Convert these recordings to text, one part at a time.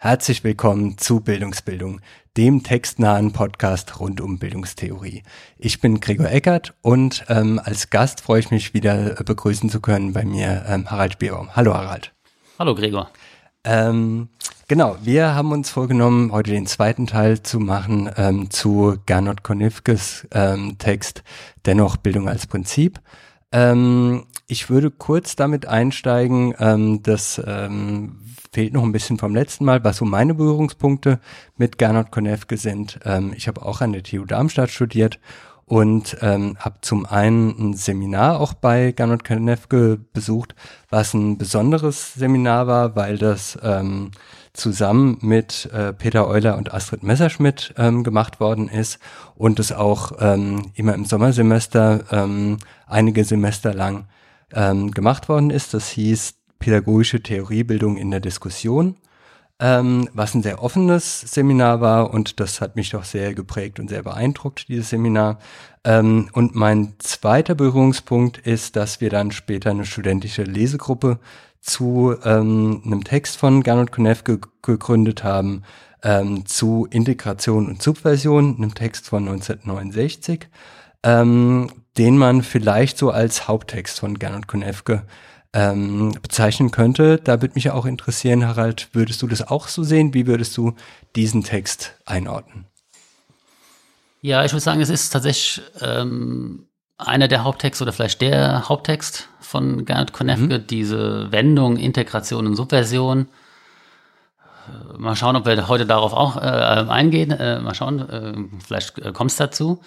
Herzlich willkommen zu Bildungsbildung, dem textnahen Podcast rund um Bildungstheorie. Ich bin Gregor Eckert und als Gast freue ich mich wieder begrüßen zu können bei mir Harald Bierbaum. Hallo Harald. Hallo Gregor. Genau, wir haben uns vorgenommen, heute den zweiten Teil zu machen zu Gernot Konefkes Text Dennoch Bildung als Prinzip. Ich würde kurz damit einsteigen, das fehlt noch ein bisschen vom letzten Mal, was so meine Berührungspunkte mit Gernot Konefke sind. Ich habe auch an der TU Darmstadt studiert und habe zum einen ein Seminar auch bei Gernot Konefke besucht, was ein besonderes Seminar war, weil das zusammen mit Peter Euler und Astrid Messerschmidt gemacht worden ist und es auch immer im Sommersemester einige Semester lang gemacht worden ist. Das hieß Pädagogische Theoriebildung in der Diskussion, was ein sehr offenes Seminar war und das hat mich doch sehr geprägt und sehr beeindruckt, dieses Seminar. Und mein zweiter Berührungspunkt ist, dass wir dann später eine studentische Lesegruppe zu einem Text von Gernot Konefke gegründet haben, zu Integration und Subversion, einem Text von 1969, den man vielleicht so als Haupttext von Gernot Konefke bezeichnen könnte. Da würde mich auch interessieren, Harald, würdest du das auch so sehen? Wie würdest du diesen Text einordnen? Ja, ich würde sagen, es ist tatsächlich einer der Haupttexte oder vielleicht der Haupttext von Gernot Konefke, diese Wendung, Integration und Subversion. Mal schauen, ob wir heute darauf auch eingehen. Mal schauen, vielleicht kommt es dazu.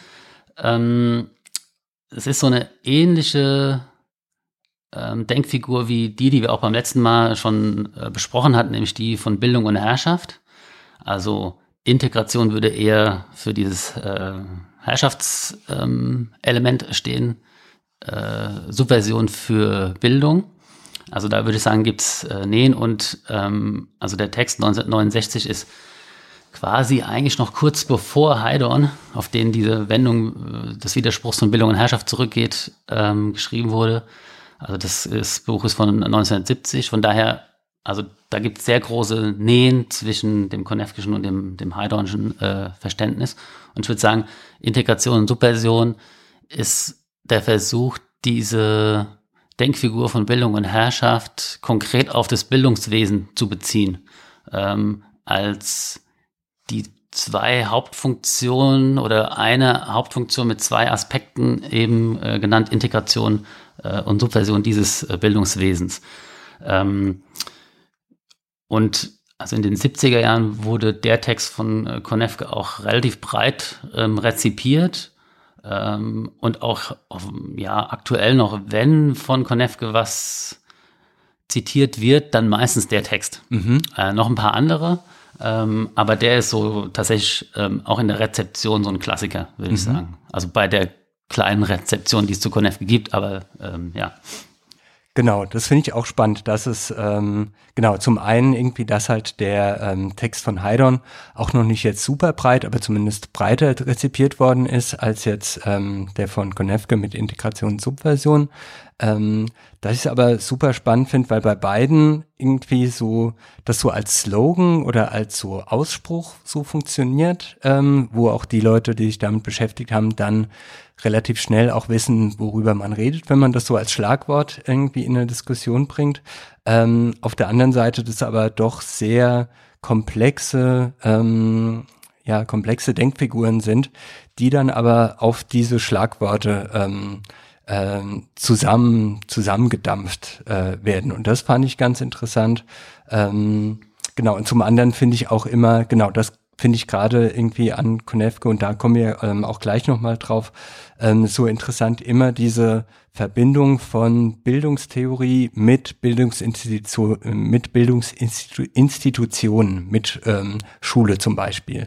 Es ist so eine ähnliche Denkfigur wie die wir auch beim letzten Mal schon besprochen hatten, nämlich die von Bildung und Herrschaft. Also Integration würde eher für dieses Herrschaftselement stehen, Subversion für Bildung. Also da würde ich sagen, gibt's Nähen und also der Text 1969 ist quasi eigentlich noch kurz bevor Heidorn, auf den diese Wendung des Widerspruchs von Bildung und Herrschaft zurückgeht, geschrieben wurde. Also das Buch ist von 1970, von daher, also da gibt es sehr große Nähen zwischen dem Konefkischen und dem Heidornschen Verständnis. Und ich würde sagen, Integration und Subversion ist der Versuch, diese Denkfigur von Bildung und Herrschaft konkret auf das Bildungswesen zu beziehen, als die zwei Hauptfunktionen oder eine Hauptfunktion mit zwei Aspekten eben genannt Integration und Subversion dieses Bildungswesens. Und also in den 70er Jahren wurde der Text von Konefke auch relativ breit rezipiert und auch aktuell noch, wenn von Konefke was zitiert wird, dann meistens der Text. Noch ein paar andere, aber der ist so tatsächlich auch in der Rezeption so ein Klassiker, würde ich sagen. Also bei der kleinen Rezeption, die es zu Konefke gibt, aber ja. Genau, das finde ich auch spannend, dass es, zum einen irgendwie, dass halt der Text von Heidorn auch noch nicht jetzt super breit, aber zumindest breiter rezipiert worden ist, als jetzt der von Konefke mit Integration und Subversion. Das ich aber super spannend finde, weil bei beiden irgendwie so, das so als Slogan oder als so Ausspruch so funktioniert, wo auch die Leute, die sich damit beschäftigt haben, dann relativ schnell auch wissen, worüber man redet, wenn man das so als Schlagwort irgendwie in eine Diskussion bringt. Auf der anderen Seite das aber doch sehr komplexe Denkfiguren sind, die dann aber auf diese Schlagworte zusammengedampft werden. Und das fand ich ganz interessant. Und zum anderen finde ich auch immer, das finde ich gerade irgendwie an Konefke, und da kommen wir auch gleich nochmal drauf, so interessant, immer diese Verbindung von Bildungstheorie mit Bildungsinstitutionen, mit Schule zum Beispiel.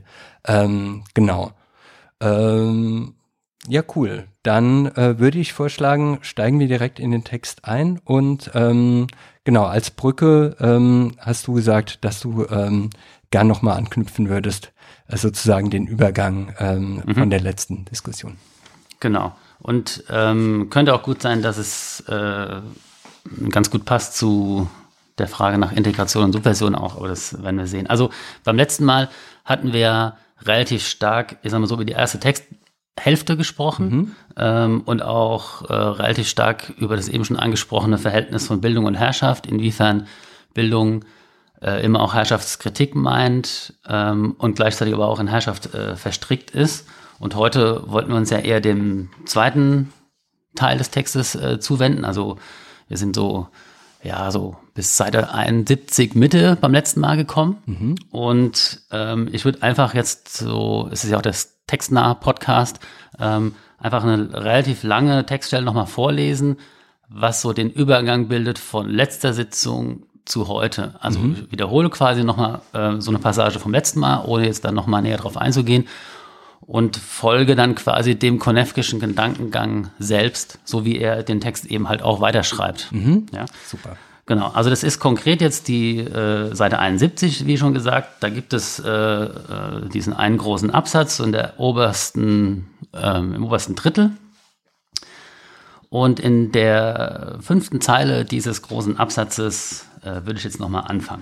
Ja, cool. Dann würde ich vorschlagen, steigen wir direkt in den Text ein und als Brücke hast du gesagt, dass du gern nochmal anknüpfen würdest, sozusagen den Übergang von der letzten Diskussion. Genau. Und könnte auch gut sein, dass es ganz gut passt zu der Frage nach Integration und Subversion auch, aber das werden wir sehen. Also beim letzten Mal hatten wir relativ stark, ich sag mal so, über die erste Texthälfte gesprochen und auch relativ stark über das eben schon angesprochene Verhältnis von Bildung und Herrschaft, inwiefern Bildung immer auch Herrschaftskritik meint und gleichzeitig aber auch in Herrschaft verstrickt ist. Und heute wollten wir uns ja eher dem zweiten Teil des Textes zuwenden. Also wir sind so bis Seite 71 Mitte beim letzten Mal gekommen. Und ich würde einfach jetzt so, es ist ja auch das textnahe Podcast, einfach eine relativ lange Textstelle nochmal vorlesen, was so den Übergang bildet von letzter Sitzung zu heute. Also ich wiederhole quasi nochmal so eine Passage vom letzten Mal, ohne jetzt dann nochmal näher drauf einzugehen und folge dann quasi dem Konefkischen Gedankengang selbst, so wie er den Text eben halt auch weiterschreibt. Ja? Super. Genau, also das ist konkret jetzt die Seite 71, wie schon gesagt. Da gibt es diesen einen großen Absatz in der im obersten Drittel. Und in der 5. Zeile dieses großen Absatzes würde ich jetzt nochmal anfangen.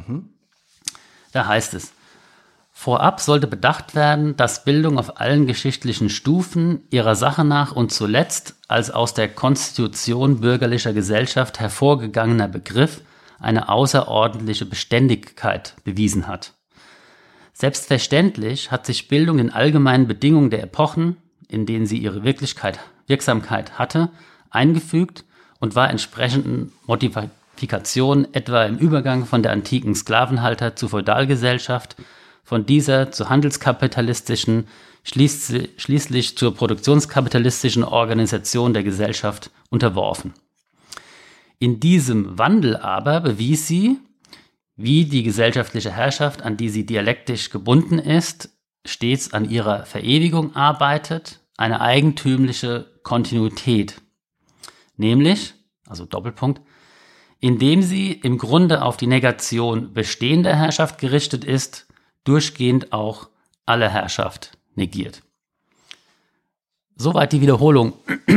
Da heißt es: Vorab sollte bedacht werden, dass Bildung auf allen geschichtlichen Stufen ihrer Sache nach und zuletzt als aus der Konstitution bürgerlicher Gesellschaft hervorgegangener Begriff eine außerordentliche Beständigkeit bewiesen hat. Selbstverständlich hat sich Bildung den allgemeinen Bedingungen der Epochen, in denen sie ihre Wirksamkeit hatte, eingefügt und war entsprechenden Modifikationen etwa im Übergang von der antiken Sklavenhalter zur Feudalgesellschaft, von dieser zur handelskapitalistischen, schließlich zur produktionskapitalistischen Organisation der Gesellschaft unterworfen. In diesem Wandel aber bewies sie, wie die gesellschaftliche Herrschaft, an die sie dialektisch gebunden ist, stets an ihrer Verewigung arbeitet, eine eigentümliche Kontinuität. Nämlich, also Doppelpunkt, indem sie im Grunde auf die Negation bestehender Herrschaft gerichtet ist, durchgehend auch alle Herrschaft negiert. Soweit die Wiederholung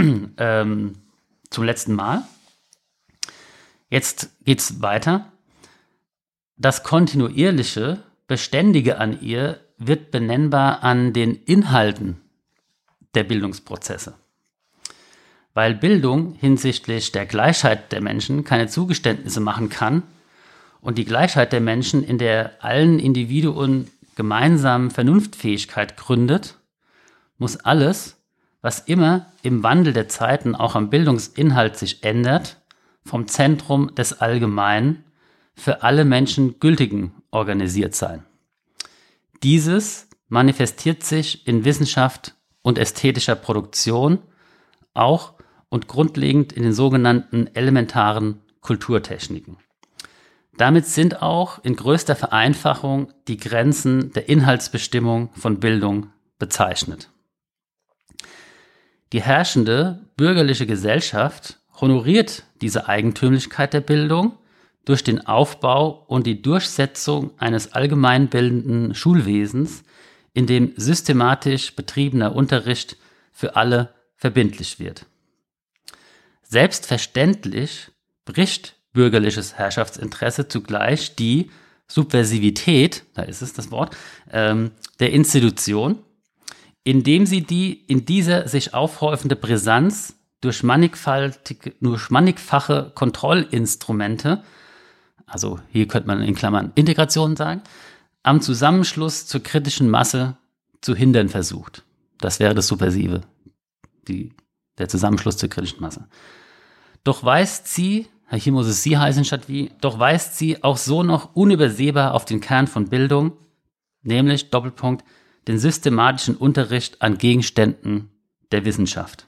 zum letzten Mal. Jetzt geht's weiter. Das kontinuierliche, Beständige an ihr wird benennbar an den Inhalten der Bildungsprozesse. Weil Bildung hinsichtlich der Gleichheit der Menschen keine Zugeständnisse machen kann und die Gleichheit der Menschen in der allen Individuen gemeinsamen Vernunftfähigkeit gründet, muss alles, was immer im Wandel der Zeiten auch am Bildungsinhalt sich ändert, vom Zentrum des Allgemeinen für alle Menschen Gültigen organisiert sein. Dieses manifestiert sich in Wissenschaft und ästhetischer Produktion, auch und grundlegend in den sogenannten elementaren Kulturtechniken. Damit sind auch in größter Vereinfachung die Grenzen der Inhaltsbestimmung von Bildung bezeichnet. Die herrschende bürgerliche Gesellschaft honoriert diese Eigentümlichkeit der Bildung durch den Aufbau und die Durchsetzung eines allgemeinbildenden Schulwesens, in dem systematisch betriebener Unterricht für alle verbindlich wird. Selbstverständlich bricht bürgerliches Herrschaftsinteresse zugleich die Subversivität, da ist es das Wort, der Institution, indem sie die in dieser sich aufhäufende Brisanz durch mannigfache Kontrollinstrumente, also hier könnte man in Klammern Integration sagen, am Zusammenschluss zur kritischen Masse zu hindern versucht. Das wäre das Subversive, der Zusammenschluss zur kritischen Masse. Doch weist sie, hier muss es sie heißen statt wie, doch weist sie auch so noch unübersehbar auf den Kern von Bildung, nämlich Doppelpunkt, den systematischen Unterricht an Gegenständen der Wissenschaft.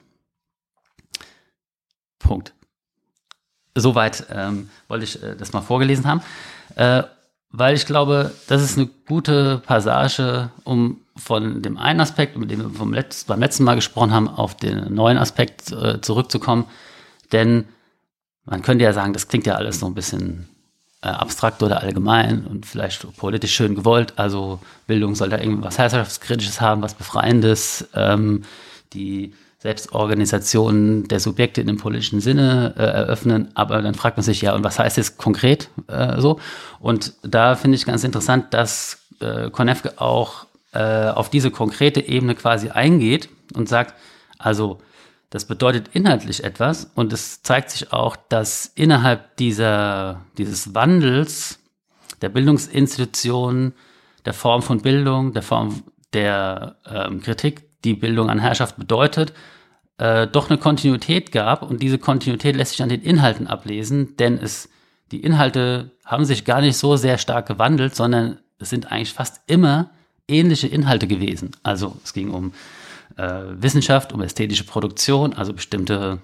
Punkt. Soweit wollte ich das mal vorgelesen haben, weil ich glaube, das ist eine gute Passage, um von dem einen Aspekt, mit dem wir beim letzten Mal gesprochen haben, auf den neuen Aspekt zurückzukommen. Denn man könnte ja sagen, das klingt ja alles so ein bisschen abstrakt oder allgemein und vielleicht politisch schön gewollt. Also Bildung soll da irgendwas Herrschaftskritisches haben, was Befreiendes. Die Selbstorganisation der Subjekte in dem politischen Sinne eröffnen, aber dann fragt man sich, ja, und was heißt das konkret so? Und da finde ich ganz interessant, dass Konefke auch auf diese konkrete Ebene quasi eingeht und sagt, also das bedeutet inhaltlich etwas und es zeigt sich auch, dass innerhalb dieses Wandels der Bildungsinstitutionen, der Form von Bildung, der Form der Kritik, die Bildung an Herrschaft bedeutet, doch eine Kontinuität gab und diese Kontinuität lässt sich an den Inhalten ablesen, denn die Inhalte haben sich gar nicht so sehr stark gewandelt, sondern es sind eigentlich fast immer ähnliche Inhalte gewesen. Also es ging um Wissenschaft, um ästhetische Produktion, also bestimmte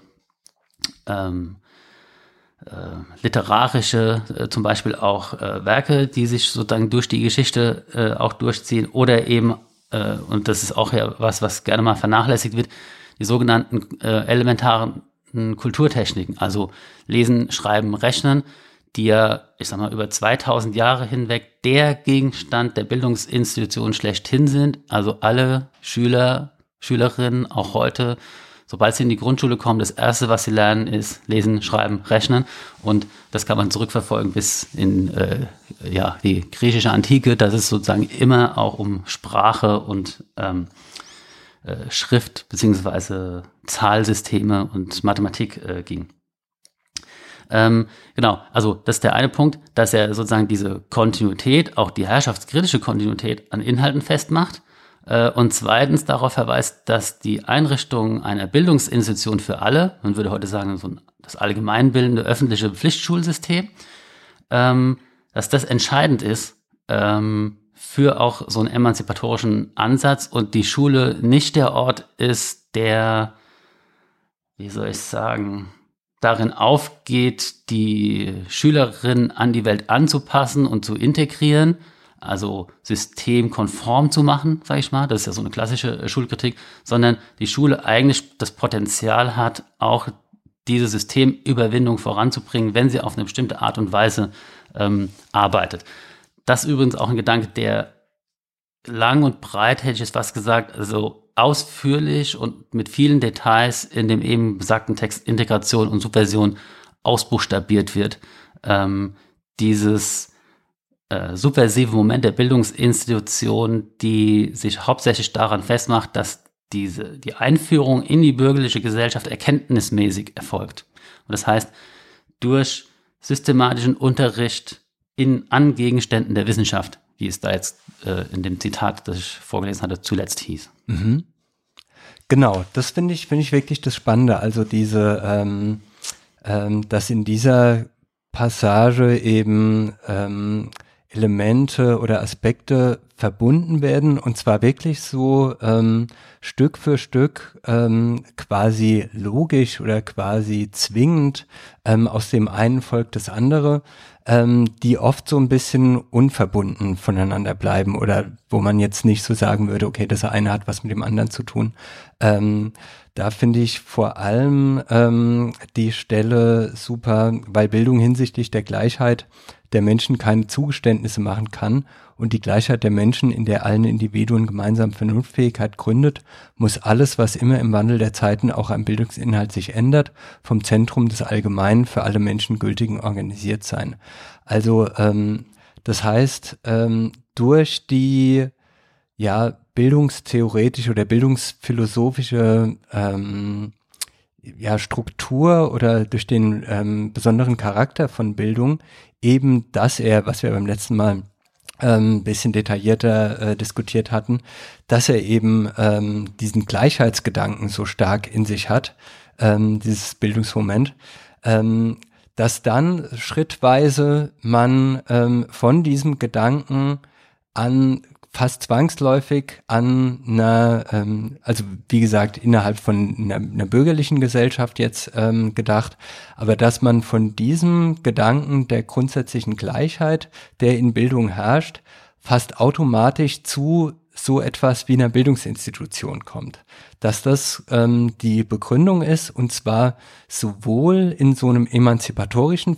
literarische, zum Beispiel auch Werke, die sich sozusagen durch die Geschichte auch durchziehen oder eben, und das ist auch ja was gerne mal vernachlässigt wird, die sogenannten elementaren Kulturtechniken, also Lesen, Schreiben, Rechnen, die ja, ich sag mal, über 2000 Jahre hinweg der Gegenstand der Bildungsinstitutionen schlechthin sind. Also alle Schüler, Schülerinnen, auch heute, sobald sie in die Grundschule kommen, das Erste, was sie lernen, ist Lesen, Schreiben, Rechnen. Und das kann man zurückverfolgen bis in die griechische Antike, dass es sozusagen immer auch um Sprache und Schrift beziehungsweise Zahlsysteme und Mathematik ging. Genau, also das ist der eine Punkt, dass er sozusagen diese Kontinuität, auch die herrschaftskritische Kontinuität an Inhalten festmacht und zweitens darauf verweist, dass die Einrichtung einer Bildungsinstitution für alle, man würde heute sagen so das allgemeinbildende öffentliche Pflichtschulsystem, dass das entscheidend ist für auch so einen emanzipatorischen Ansatz und die Schule nicht der Ort ist, der, wie soll ich sagen, darin aufgeht, die Schülerinnen an die Welt anzupassen und zu integrieren, also systemkonform zu machen, sage ich mal, das ist ja so eine klassische Schulkritik, sondern die Schule eigentlich das Potenzial hat, auch diese Systemüberwindung voranzubringen, wenn sie auf eine bestimmte Art und Weise arbeitet. Das ist übrigens auch ein Gedanke, der lang und breit, hätte ich jetzt fast gesagt, also ausführlich und mit vielen Details in dem eben besagten Text Integration und Subversion ausbuchstabiert wird. Dieses subversive Moment der Bildungsinstitution, die sich hauptsächlich daran festmacht, dass die Einführung in die bürgerliche Gesellschaft erkenntnismäßig erfolgt. Und das heißt, durch systematischen Unterricht an Gegenständen der Wissenschaft, wie es da jetzt in dem Zitat, das ich vorgelesen hatte, zuletzt hieß. Mhm. Genau, das finde ich wirklich das Spannende. Also diese, dass in dieser Passage eben Elemente oder Aspekte verbunden werden und zwar wirklich so Stück für Stück quasi logisch oder quasi zwingend aus dem einen folgt das andere, die oft so ein bisschen unverbunden voneinander bleiben oder wo man jetzt nicht so sagen würde, okay, das eine hat was mit dem anderen zu tun. Da finde ich vor allem die Stelle super, weil Bildung hinsichtlich der Gleichheit der Menschen keine Zugeständnisse machen kann und die Gleichheit der Menschen, in der allen Individuen gemeinsam Vernunftfähigkeit gründet, muss alles, was immer im Wandel der Zeiten auch am Bildungsinhalt sich ändert, vom Zentrum des Allgemeinen für alle Menschen gültigen organisiert sein. Also das heißt, durch die bildungstheoretische oder bildungsphilosophische Struktur oder durch den besonderen Charakter von Bildung eben, dass was wir beim letzten Mal ein bisschen detaillierter diskutiert hatten, dass er eben diesen Gleichheitsgedanken so stark in sich hat, dieses Bildungsmoment, dass dann schrittweise man von diesem Gedanken an fast zwangsläufig an einer, also wie gesagt, innerhalb von einer bürgerlichen Gesellschaft jetzt gedacht, aber dass man von diesem Gedanken der grundsätzlichen Gleichheit, der in Bildung herrscht, fast automatisch zu so etwas wie einer Bildungsinstitution kommt. Dass das die Begründung ist, und zwar sowohl in so einem emanzipatorischen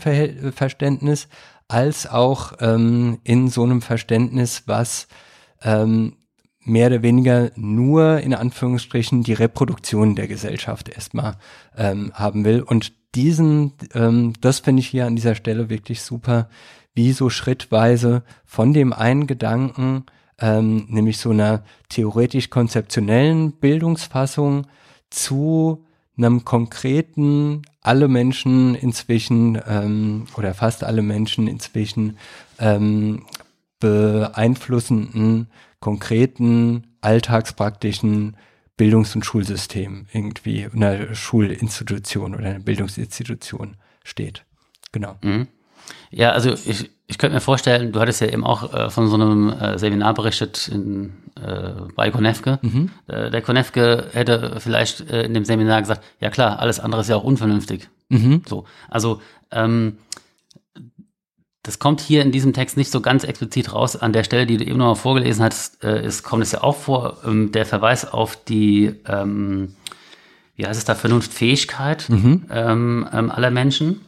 Verständnis, als auch in so einem Verständnis, was mehr oder weniger nur in Anführungsstrichen die Reproduktion der Gesellschaft erstmal haben will. Und das finde ich hier an dieser Stelle wirklich super, wie so schrittweise von dem einen Gedanken, nämlich so einer theoretisch-konzeptionellen Bildungsfassung zu einem konkreten, alle Menschen inzwischen oder fast alle Menschen inzwischen beeinflussenden, konkreten, alltagspraktischen Bildungs- und Schulsystem irgendwie, einer Schulinstitution oder einer Bildungsinstitution steht. Genau. Mhm. Ja, also ich könnte mir vorstellen, du hattest ja eben auch von so einem Seminar berichtet bei Konefke. Mhm. Der Konefke hätte vielleicht in dem Seminar gesagt, ja klar, alles andere ist ja auch unvernünftig. Mhm. So, also das kommt hier in diesem Text nicht so ganz explizit raus. An der Stelle, die du eben noch mal vorgelesen hast, kommt es ja auch vor, der Verweis auf die, wie heißt es da, Vernunftfähigkeit aller Menschen.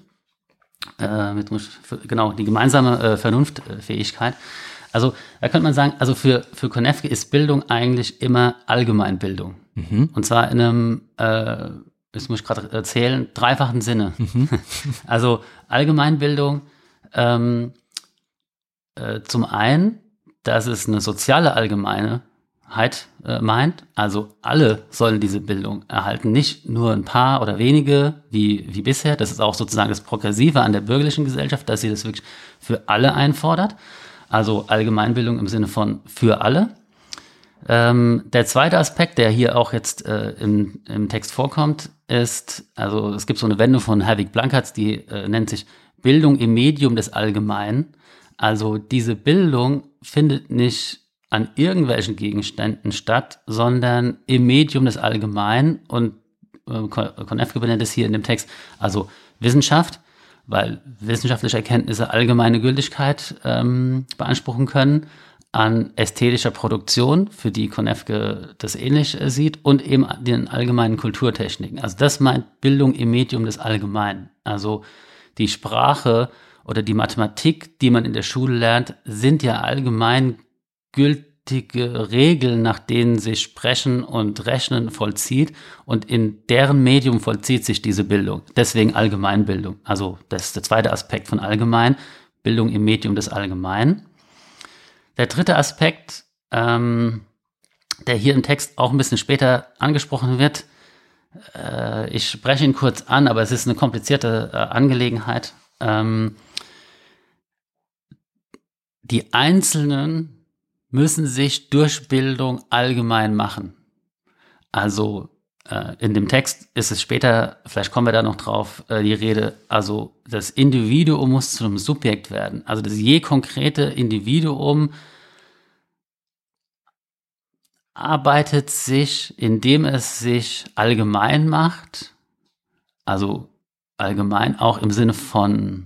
Genau, die gemeinsame Vernunftfähigkeit. Also da könnte man sagen, also für Konefke ist Bildung eigentlich immer Allgemeinbildung. Mhm. Und zwar in einem, das muss ich gerade erzählen, dreifachen Sinne. Mhm. Also Allgemeinbildung zum einen, dass es eine soziale Allgemeinheit meint, also alle sollen diese Bildung erhalten, nicht nur ein paar oder wenige wie bisher. Das ist auch sozusagen das Progressive an der bürgerlichen Gesellschaft, dass sie das wirklich für alle einfordert. Also Allgemeinbildung im Sinne von für alle. Der zweite Aspekt, der hier auch jetzt im Text vorkommt, ist, also es gibt so eine Wendung von Herwig Blankertz, die nennt sich Bildung im Medium des Allgemeinen. Also diese Bildung findet nicht an irgendwelchen Gegenständen statt, sondern im Medium des Allgemeinen. Und Konefke benennt es hier in dem Text, also Wissenschaft, weil wissenschaftliche Erkenntnisse allgemeine Gültigkeit beanspruchen können, an ästhetischer Produktion, für die Konefke das ähnlich sieht, und eben den allgemeinen Kulturtechniken. Also das meint Bildung im Medium des Allgemeinen. Also die Sprache oder die Mathematik, die man in der Schule lernt, sind ja allgemein gültige Regeln, nach denen sich Sprechen und Rechnen vollzieht, und in deren Medium vollzieht sich diese Bildung. Deswegen Allgemeinbildung. Also das ist der zweite Aspekt von allgemein, Bildung im Medium des Allgemeinen. Der dritte Aspekt, der hier im Text auch ein bisschen später angesprochen wird, ich spreche ihn kurz an, aber es ist eine komplizierte Angelegenheit. Die Einzelnen müssen sich durch Bildung allgemein machen. Also in dem Text ist es später, vielleicht kommen wir da noch drauf, die Rede, also das Individuum muss zu einem Subjekt werden. Also das je konkrete Individuum arbeitet sich, indem es sich allgemein macht, also allgemein auch im Sinne von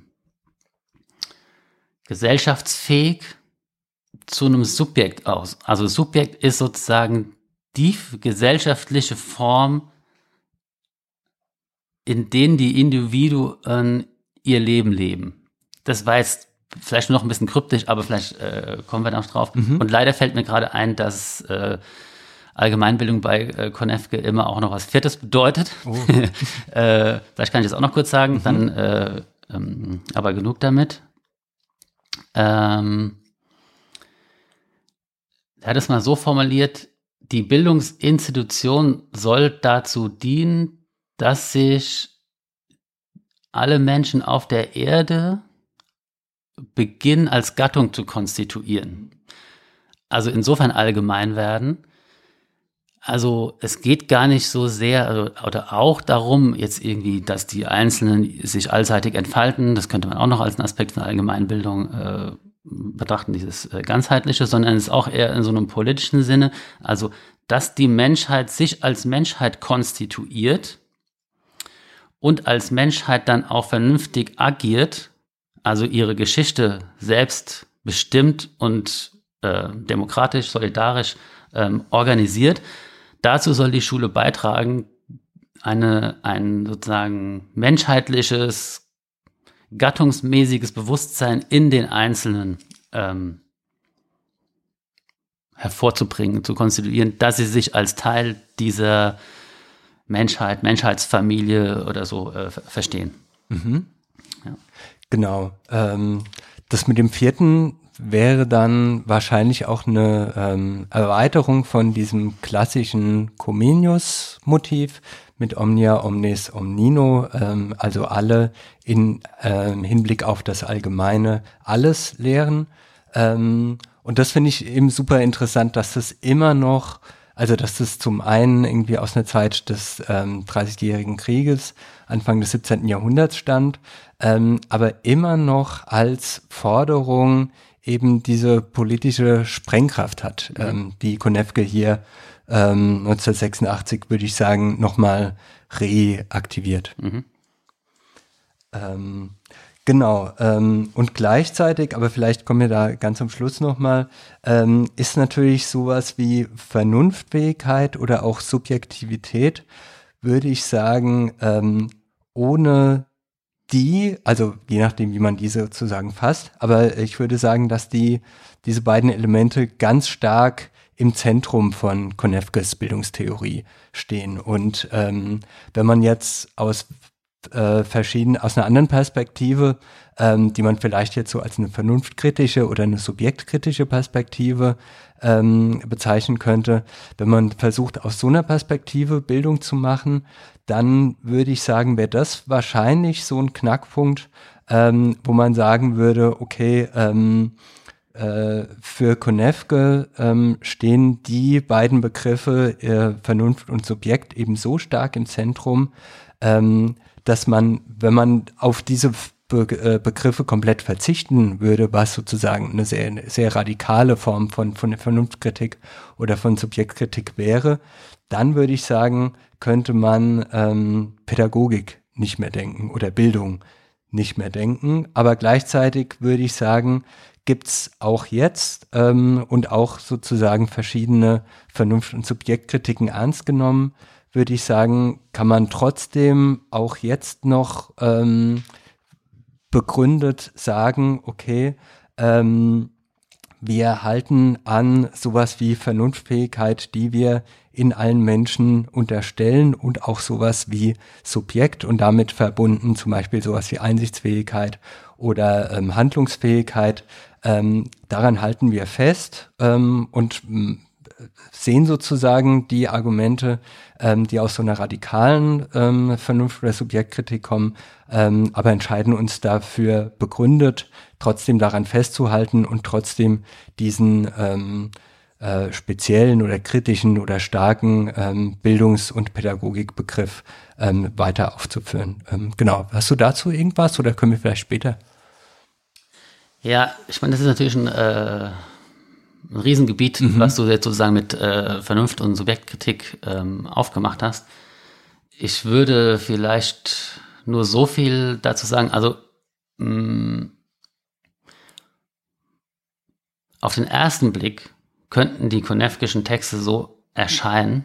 gesellschaftsfähig, zu einem Subjekt aus. Also Subjekt ist sozusagen die gesellschaftliche Form, in denen die Individuen ihr Leben leben. Das war jetzt vielleicht noch ein bisschen kryptisch, aber vielleicht kommen wir noch drauf. Mhm. Und leider fällt mir gerade ein, dass Allgemeinbildung bei Konefke immer auch noch was Viertes bedeutet. Oh. Vielleicht kann ich das auch noch kurz sagen, dann aber genug damit. Er hat es mal so formuliert, die Bildungsinstitution soll dazu dienen, dass sich alle Menschen auf der Erde beginnen, als Gattung zu konstituieren. Also insofern allgemein werden. Also es geht gar nicht so sehr oder auch darum, jetzt irgendwie, dass die Einzelnen sich allseitig entfalten. Das könnte man auch noch als einen Aspekt von Allgemeinbildung betrachten, dieses Ganzheitliche, sondern es ist auch eher in so einem politischen Sinne. Also, dass die Menschheit sich als Menschheit konstituiert und als Menschheit dann auch vernünftig agiert, also ihre Geschichte selbst bestimmt und demokratisch, solidarisch organisiert. Dazu soll die Schule beitragen, ein sozusagen menschheitliches, gattungsmäßiges Bewusstsein in den Einzelnen hervorzubringen, zu konstituieren, dass sie sich als Teil dieser Menschheitsfamilie oder so verstehen. Mhm. Ja. Genau. Das mit dem vierten wäre dann wahrscheinlich auch eine Erweiterung von diesem klassischen Comenius-Motiv mit Omnia, Omnis, Omnino, also alle in Hinblick auf das Allgemeine alles lehren. Und das finde ich eben super interessant, dass das immer noch, also dass das zum einen irgendwie aus einer Zeit des 30-jährigen Krieges, Anfang des 17. Jahrhunderts stand, aber immer noch als Forderung eben diese politische Sprengkraft hat, die Konefke hier 1986, würde ich sagen, nochmal reaktiviert. Mhm. Genau, und gleichzeitig, aber vielleicht kommen wir da ganz am Schluss nochmal, ist natürlich sowas wie Vernunftfähigkeit oder auch Subjektivität, würde ich sagen, ohne die, also je nachdem, wie man diese sozusagen fasst, aber ich würde sagen, dass diese beiden Elemente ganz stark im Zentrum von Konefkes Bildungstheorie stehen. Und wenn man jetzt aus aus einer anderen Perspektive, die man vielleicht jetzt so als eine vernunftkritische oder eine subjektkritische Perspektive bezeichnen könnte, wenn man versucht, aus so einer Perspektive Bildung zu machen, dann würde ich sagen, wäre das wahrscheinlich so ein Knackpunkt, wo man sagen würde, okay, für Konefke stehen die beiden Begriffe Vernunft und Subjekt eben so stark im Zentrum, dass man, wenn man auf diese Begriffe komplett verzichten würde, was sozusagen eine sehr radikale Form von Vernunftkritik oder von Subjektkritik wäre, dann würde ich sagen, könnte man Pädagogik nicht mehr denken oder Bildung nicht mehr denken. Aber gleichzeitig würde ich sagen, gibt's auch jetzt und auch sozusagen verschiedene Vernunft- und Subjektkritiken ernst genommen, würde ich sagen, kann man trotzdem auch jetzt noch begründet sagen, okay, wir halten an sowas wie Vernunftfähigkeit, die wir in allen Menschen unterstellen und auch sowas wie Subjekt und damit verbunden zum Beispiel sowas wie Einsichtsfähigkeit oder Handlungsfähigkeit. Daran halten wir fest und sehen sozusagen die Argumente, die aus so einer radikalen Vernunft- oder Subjektkritik kommen, aber entscheiden uns dafür begründet, trotzdem daran festzuhalten und trotzdem diesen speziellen oder kritischen oder starken Bildungs- und Pädagogikbegriff weiter aufzuführen. Genau, hast du dazu irgendwas oder können wir vielleicht später? Ja, ich meine, das ist natürlich ein Riesengebiet, was du jetzt sozusagen mit Vernunft und Subjektkritik aufgemacht hast. Ich würde vielleicht nur so viel dazu sagen, also auf den ersten Blick könnten die konefkischen Texte so erscheinen,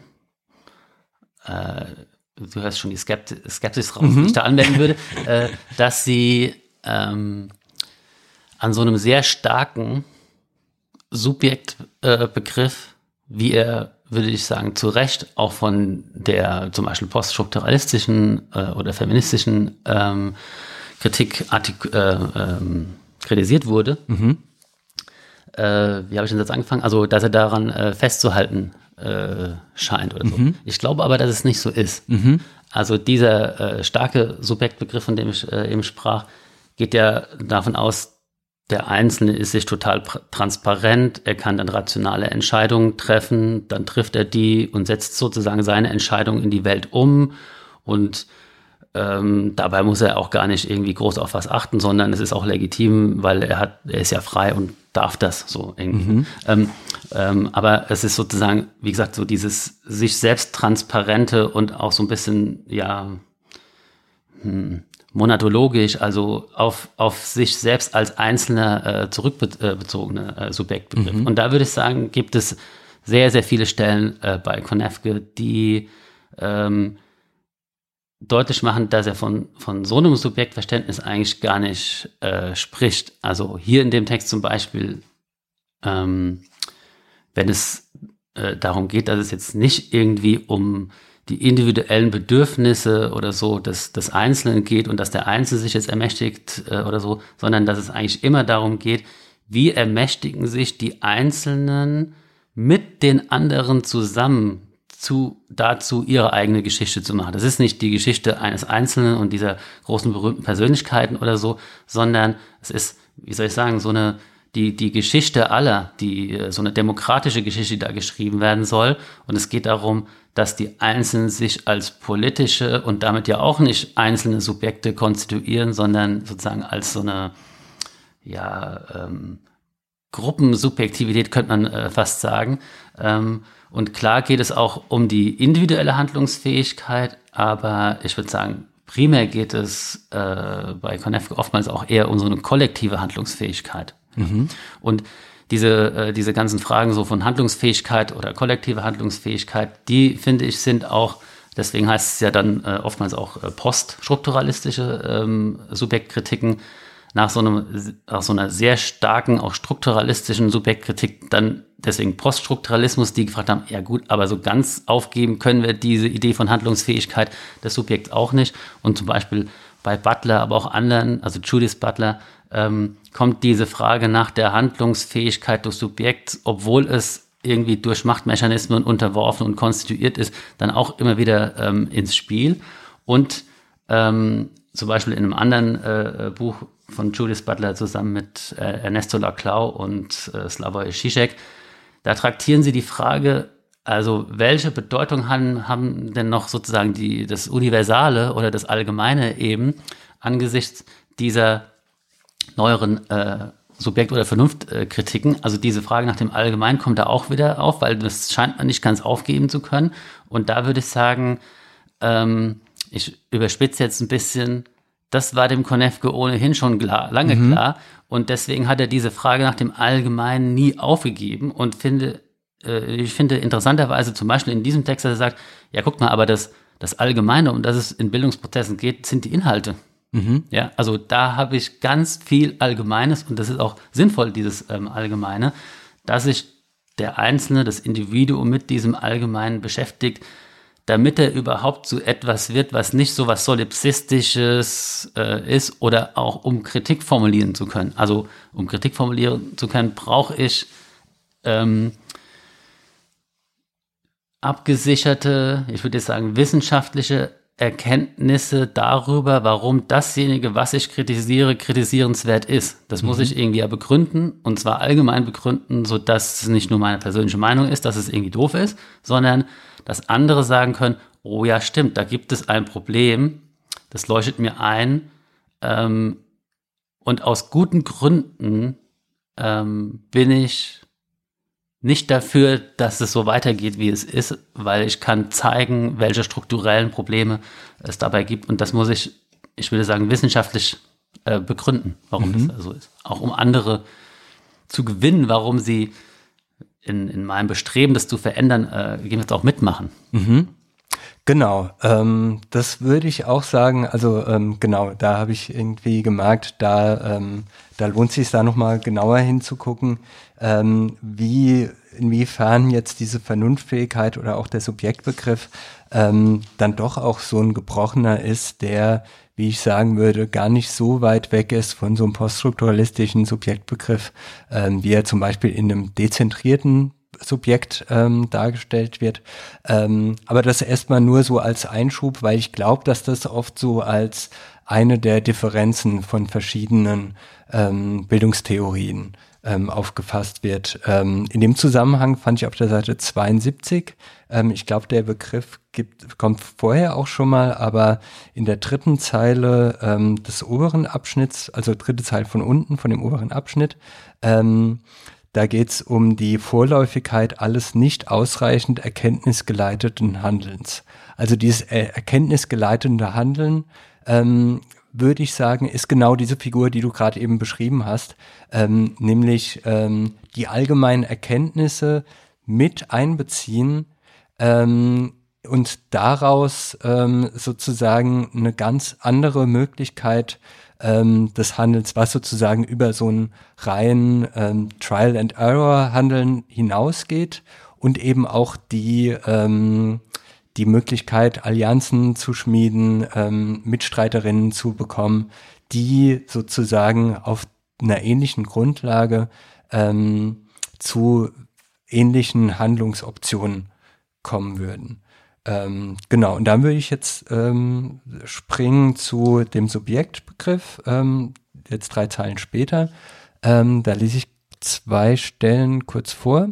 du hörst schon die Skepsis raus, die ich da anwenden würde, dass sie an so einem sehr starken Subjektbegriff, wie er, würde ich sagen, zu Recht auch von der zum Beispiel poststrukturalistischen oder feministischen Kritik kritisiert wurde. Wie habe ich denn jetzt angefangen? Also, dass er daran festzuhalten scheint oder so. Ich glaube aber, dass es nicht so ist. Also dieser starke Subjektbegriff, von dem ich eben sprach, geht ja davon aus, der Einzelne ist sich total transparent, er kann dann rationale Entscheidungen treffen, dann trifft er die und setzt sozusagen seine Entscheidung in die Welt um und dabei muss er auch gar nicht irgendwie groß auf was achten, sondern es ist auch legitim, weil er ist ja frei und darf das so irgendwie. Aber es ist sozusagen, wie gesagt, so dieses sich selbst Transparente und auch so ein bisschen, ja, monadologisch, also auf sich selbst als einzelner zurückbezogener Subjektbegriff. Und da würde ich sagen, gibt es sehr, sehr viele Stellen bei Konefke, die deutlich machen, dass er von so einem Subjektverständnis eigentlich gar nicht spricht. Also hier in dem Text zum Beispiel wenn es darum geht, dass es jetzt nicht irgendwie um die individuellen Bedürfnisse oder so des Einzelnen geht und dass der Einzelne sich jetzt ermächtigt oder so, sondern dass es eigentlich immer darum geht, wie ermächtigen sich die Einzelnen mit den anderen zusammen dazu ihre eigene Geschichte zu machen. Das ist nicht die Geschichte eines Einzelnen und dieser großen berühmten Persönlichkeiten oder so, sondern es ist, wie soll ich sagen, die Geschichte aller, so eine demokratische Geschichte, die da geschrieben werden soll. Und es geht darum, dass die Einzelnen sich als politische und damit ja auch nicht einzelne Subjekte konstituieren, sondern sozusagen als so eine, Gruppensubjektivität könnte man fast sagen. Und klar geht es auch um die individuelle Handlungsfähigkeit, aber ich würde sagen, primär geht es bei Konefke oftmals auch eher um so eine kollektive Handlungsfähigkeit. Mhm. Und diese ganzen Fragen so von Handlungsfähigkeit oder kollektive Handlungsfähigkeit, die, finde ich, sind auch, deswegen heißt es ja dann oftmals auch poststrukturalistische Subjektkritiken, nach so einer sehr starken, auch strukturalistischen Subjektkritik, dann deswegen Poststrukturalismus, die gefragt haben, ja gut, aber so ganz aufgeben können wir diese Idee von Handlungsfähigkeit des Subjekts auch nicht. Und zum Beispiel bei Butler, aber auch anderen, also Judith Butler, kommt diese Frage nach der Handlungsfähigkeit des Subjekts, obwohl es irgendwie durch Machtmechanismen unterworfen und konstituiert ist, dann auch immer wieder ins Spiel. Und zum Beispiel in einem anderen Buch von Judith Butler zusammen mit Ernesto Laclau und Slavoj Žižek, da traktieren sie die Frage, also welche Bedeutung haben denn noch sozusagen das Universale oder das Allgemeine eben angesichts dieser neueren Subjekt- oder Vernunftkritiken. Also diese Frage nach dem Allgemeinen kommt da auch wieder auf, weil das scheint man nicht ganz aufgeben zu können. Und da würde ich sagen, ich überspitze jetzt ein bisschen, das war dem Konefke ohnehin schon lange klar. Und deswegen hat er diese Frage nach dem Allgemeinen nie aufgegeben und ich finde interessanterweise zum Beispiel in diesem Text, dass er sagt, ja guck mal, aber das Allgemeine, um das es in Bildungsprozessen geht, sind die Inhalte. Mhm. Ja, also da habe ich ganz viel Allgemeines und das ist auch sinnvoll, dieses Allgemeine, dass sich der Einzelne, das Individuum mit diesem Allgemeinen beschäftigt, damit er überhaupt zu etwas wird, was nicht so was Solipsistisches ist oder auch um Kritik formulieren zu können. Also um Kritik formulieren zu können, brauche ich abgesicherte, ich würde jetzt sagen wissenschaftliche Erkenntnisse darüber, warum dasjenige, was ich kritisiere, kritisierenswert ist. Das muss ich irgendwie ja begründen und zwar allgemein begründen, sodass es nicht nur meine persönliche Meinung ist, dass es irgendwie doof ist, sondern dass andere sagen können, oh ja, stimmt, da gibt es ein Problem, das leuchtet mir ein und aus guten Gründen bin ich nicht dafür, dass es so weitergeht, wie es ist, weil ich kann zeigen, welche strukturellen Probleme es dabei gibt und das muss ich würde sagen, wissenschaftlich begründen, warum das so ist. Auch um andere zu gewinnen, warum sie in meinem Bestreben, das zu verändern, gegebenenfalls auch mitmachen. Mhm. Genau, das würde ich auch sagen, also genau, da habe ich irgendwie gemerkt, da lohnt es sich da nochmal genauer hinzugucken, inwiefern jetzt diese Vernunftfähigkeit oder auch der Subjektbegriff dann doch auch so ein gebrochener ist, der, wie ich sagen würde, gar nicht so weit weg ist von so einem poststrukturalistischen Subjektbegriff, wie er zum Beispiel in einem dezentrierten Subjekt dargestellt wird. Aber das erstmal nur so als Einschub, weil ich glaube, dass das oft so als eine der Differenzen von verschiedenen Bildungstheorien aufgefasst wird. In dem Zusammenhang fand ich auf der Seite 72, ich glaube, der Begriff kommt vorher auch schon mal, aber in der dritten Zeile des oberen Abschnitts, also dritte Zeile von unten, von dem oberen Abschnitt, da geht es um die Vorläufigkeit alles nicht ausreichend erkenntnisgeleiteten Handelns. Also dieses erkenntnisgeleitete Handeln, würde ich sagen, ist genau diese Figur, die du gerade eben beschrieben hast, nämlich die allgemeinen Erkenntnisse mit einbeziehen und daraus sozusagen eine ganz andere Möglichkeit des Handelns, was sozusagen über so ein rein Trial-and-Error-Handeln hinausgeht und eben auch die Möglichkeit, Allianzen zu schmieden, Mitstreiterinnen zu bekommen, die sozusagen auf einer ähnlichen Grundlage zu ähnlichen Handlungsoptionen kommen würden. Genau, und dann würde ich jetzt springen zu dem Subjektbegriff, jetzt 3 Zeilen später. Da lese ich 2 Stellen kurz vor.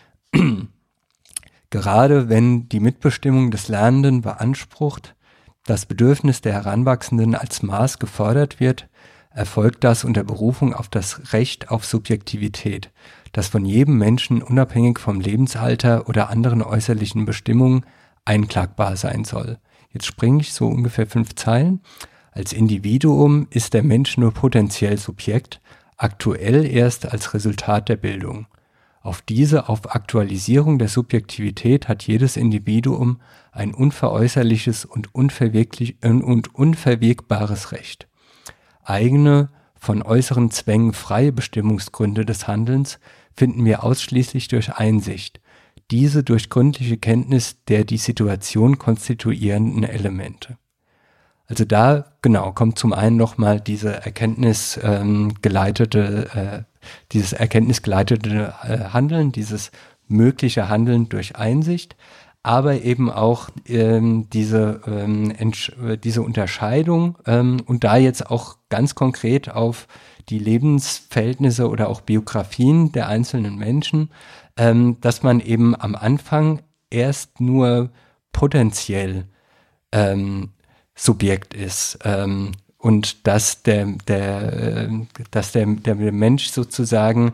Gerade wenn die Mitbestimmung des Lernenden beansprucht, das Bedürfnis der Heranwachsenden als Maß gefordert wird, erfolgt das unter Berufung auf das Recht auf Subjektivität, das von jedem Menschen unabhängig vom Lebensalter oder anderen äußerlichen Bestimmungen einklagbar sein soll. Jetzt springe ich so ungefähr 5 Zeilen. Als Individuum ist der Mensch nur potenziell Subjekt, aktuell erst als Resultat der Bildung. Auf diese Aktualisierung der Subjektivität hat jedes Individuum ein unveräußerliches und unverwegbares Recht. Eigene, von äußeren Zwängen freie Bestimmungsgründe des Handelns finden wir ausschließlich durch Einsicht, diese durch gründliche Kenntnis der die Situation konstituierenden Elemente. Also da, genau, kommt zum einen nochmal dieses erkenntnisgeleitete Handeln, dieses mögliche Handeln durch Einsicht, aber eben auch diese Unterscheidung und da jetzt auch ganz konkret auf die Lebensverhältnisse oder auch Biografien der einzelnen Menschen, dass man eben am Anfang erst nur potenziell Subjekt ist und dass der Mensch sozusagen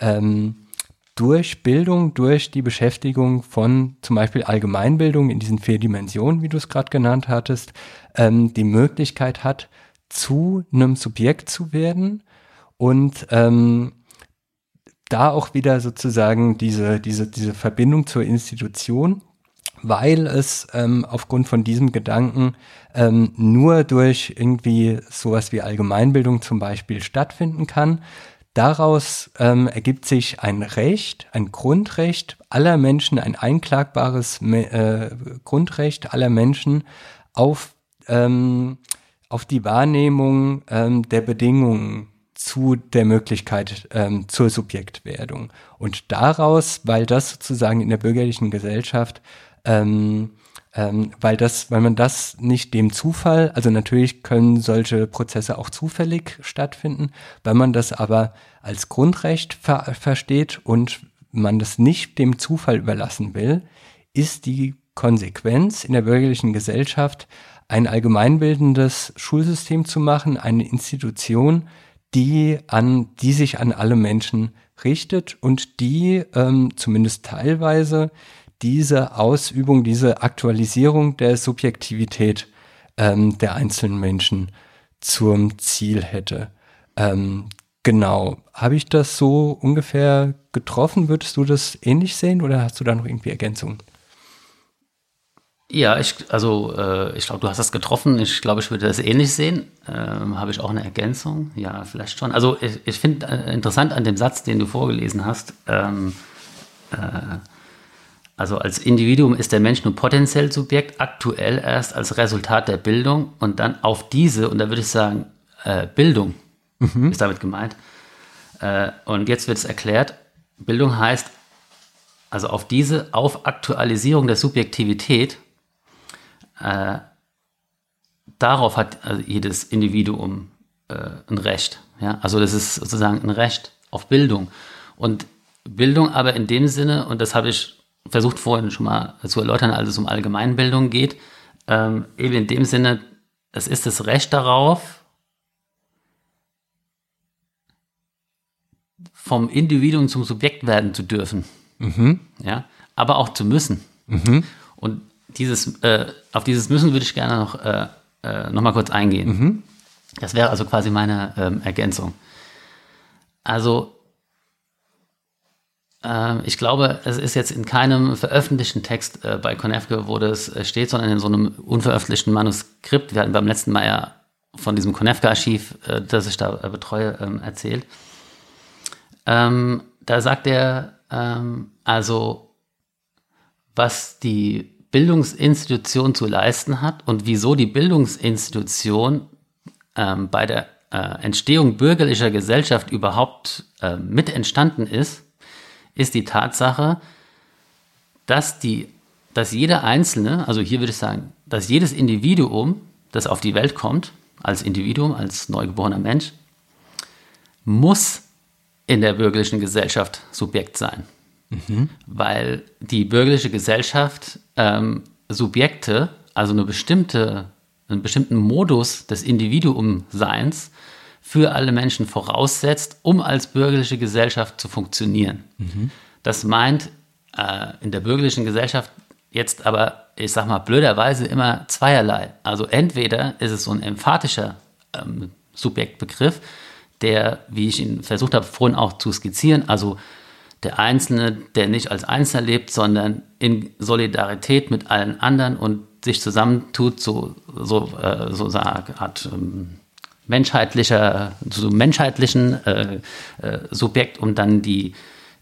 durch Bildung, durch die Beschäftigung von zum Beispiel Allgemeinbildung in diesen 4 Dimensionen, wie du es gerade genannt hattest, die Möglichkeit hat, zu einem Subjekt zu werden und da auch wieder sozusagen diese Verbindung zur Institution, weil es aufgrund von diesem Gedanken nur durch irgendwie sowas wie Allgemeinbildung zum Beispiel stattfinden kann. Daraus ergibt sich ein Recht, ein Grundrecht aller Menschen, ein einklagbares Grundrecht aller Menschen auf die Wahrnehmung der Bedingungen zu der Möglichkeit zur Subjektwerdung. Und daraus, weil das sozusagen in der bürgerlichen Gesellschaft weil man das nicht dem Zufall, also natürlich können solche Prozesse auch zufällig stattfinden, weil man das aber als Grundrecht versteht und man das nicht dem Zufall überlassen will, ist die Konsequenz in der bürgerlichen Gesellschaft, ein allgemeinbildendes Schulsystem zu machen, eine Institution, die sich an alle Menschen richtet und die zumindest teilweise diese Ausübung, diese Aktualisierung der Subjektivität der einzelnen Menschen zum Ziel hätte. Genau. Habe ich das so ungefähr getroffen? Würdest du das ähnlich sehen oder hast du da noch irgendwie Ergänzungen? Ja, ich glaube, du hast das getroffen. Ich glaube, ich würde das ähnlich sehen. Habe ich auch eine Ergänzung? Ja, vielleicht schon. Also ich finde interessant an dem Satz, den du vorgelesen hast, also als Individuum ist der Mensch nur potenziell Subjekt, aktuell erst als Resultat der Bildung und dann auf diese, und da würde ich sagen, Bildung ist damit gemeint. Und jetzt wird es erklärt, Bildung heißt, also auf Aktualisierung der Subjektivität, darauf hat jedes Individuum ein Recht. Ja? Also das ist sozusagen ein Recht auf Bildung. Und Bildung aber in dem Sinne, und das habe ich versucht vorhin schon mal zu erläutern, als es um Allgemeinbildung geht, eben in dem Sinne, es ist das Recht darauf, vom Individuum zum Subjekt werden zu dürfen, ja, aber auch zu müssen. Und auf dieses Müssen würde ich gerne noch mal kurz eingehen. Das wäre also quasi meine Ergänzung. Also ich glaube, es ist jetzt in keinem veröffentlichten Text bei Konefke, wo das steht, sondern in so einem unveröffentlichten Manuskript. Wir hatten beim letzten Mal ja von diesem Konefka-Archiv, das ich da betreue, erzählt. Da sagt er, also was die Bildungsinstitution zu leisten hat und wieso die Bildungsinstitution bei der Entstehung bürgerlicher Gesellschaft überhaupt mit entstanden ist die Tatsache, dass jeder Einzelne, also hier würde ich sagen, dass jedes Individuum, das auf die Welt kommt, als Individuum, als neugeborener Mensch, muss in der bürgerlichen Gesellschaft Subjekt sein. Weil die bürgerliche Gesellschaft Subjekte, also einen bestimmten Modus des Individuumseins für alle Menschen voraussetzt, um als bürgerliche Gesellschaft zu funktionieren. Das meint in der bürgerlichen Gesellschaft jetzt aber, ich sag mal blöderweise, immer zweierlei. Also entweder ist es so ein emphatischer Subjektbegriff, der, wie ich ihn versucht habe, vorhin auch zu skizzieren, also der Einzelne, der nicht als Einzelner lebt, sondern in Solidarität mit allen anderen und sich zusammentut, so eine Art menschheitlichen Subjekt, um dann die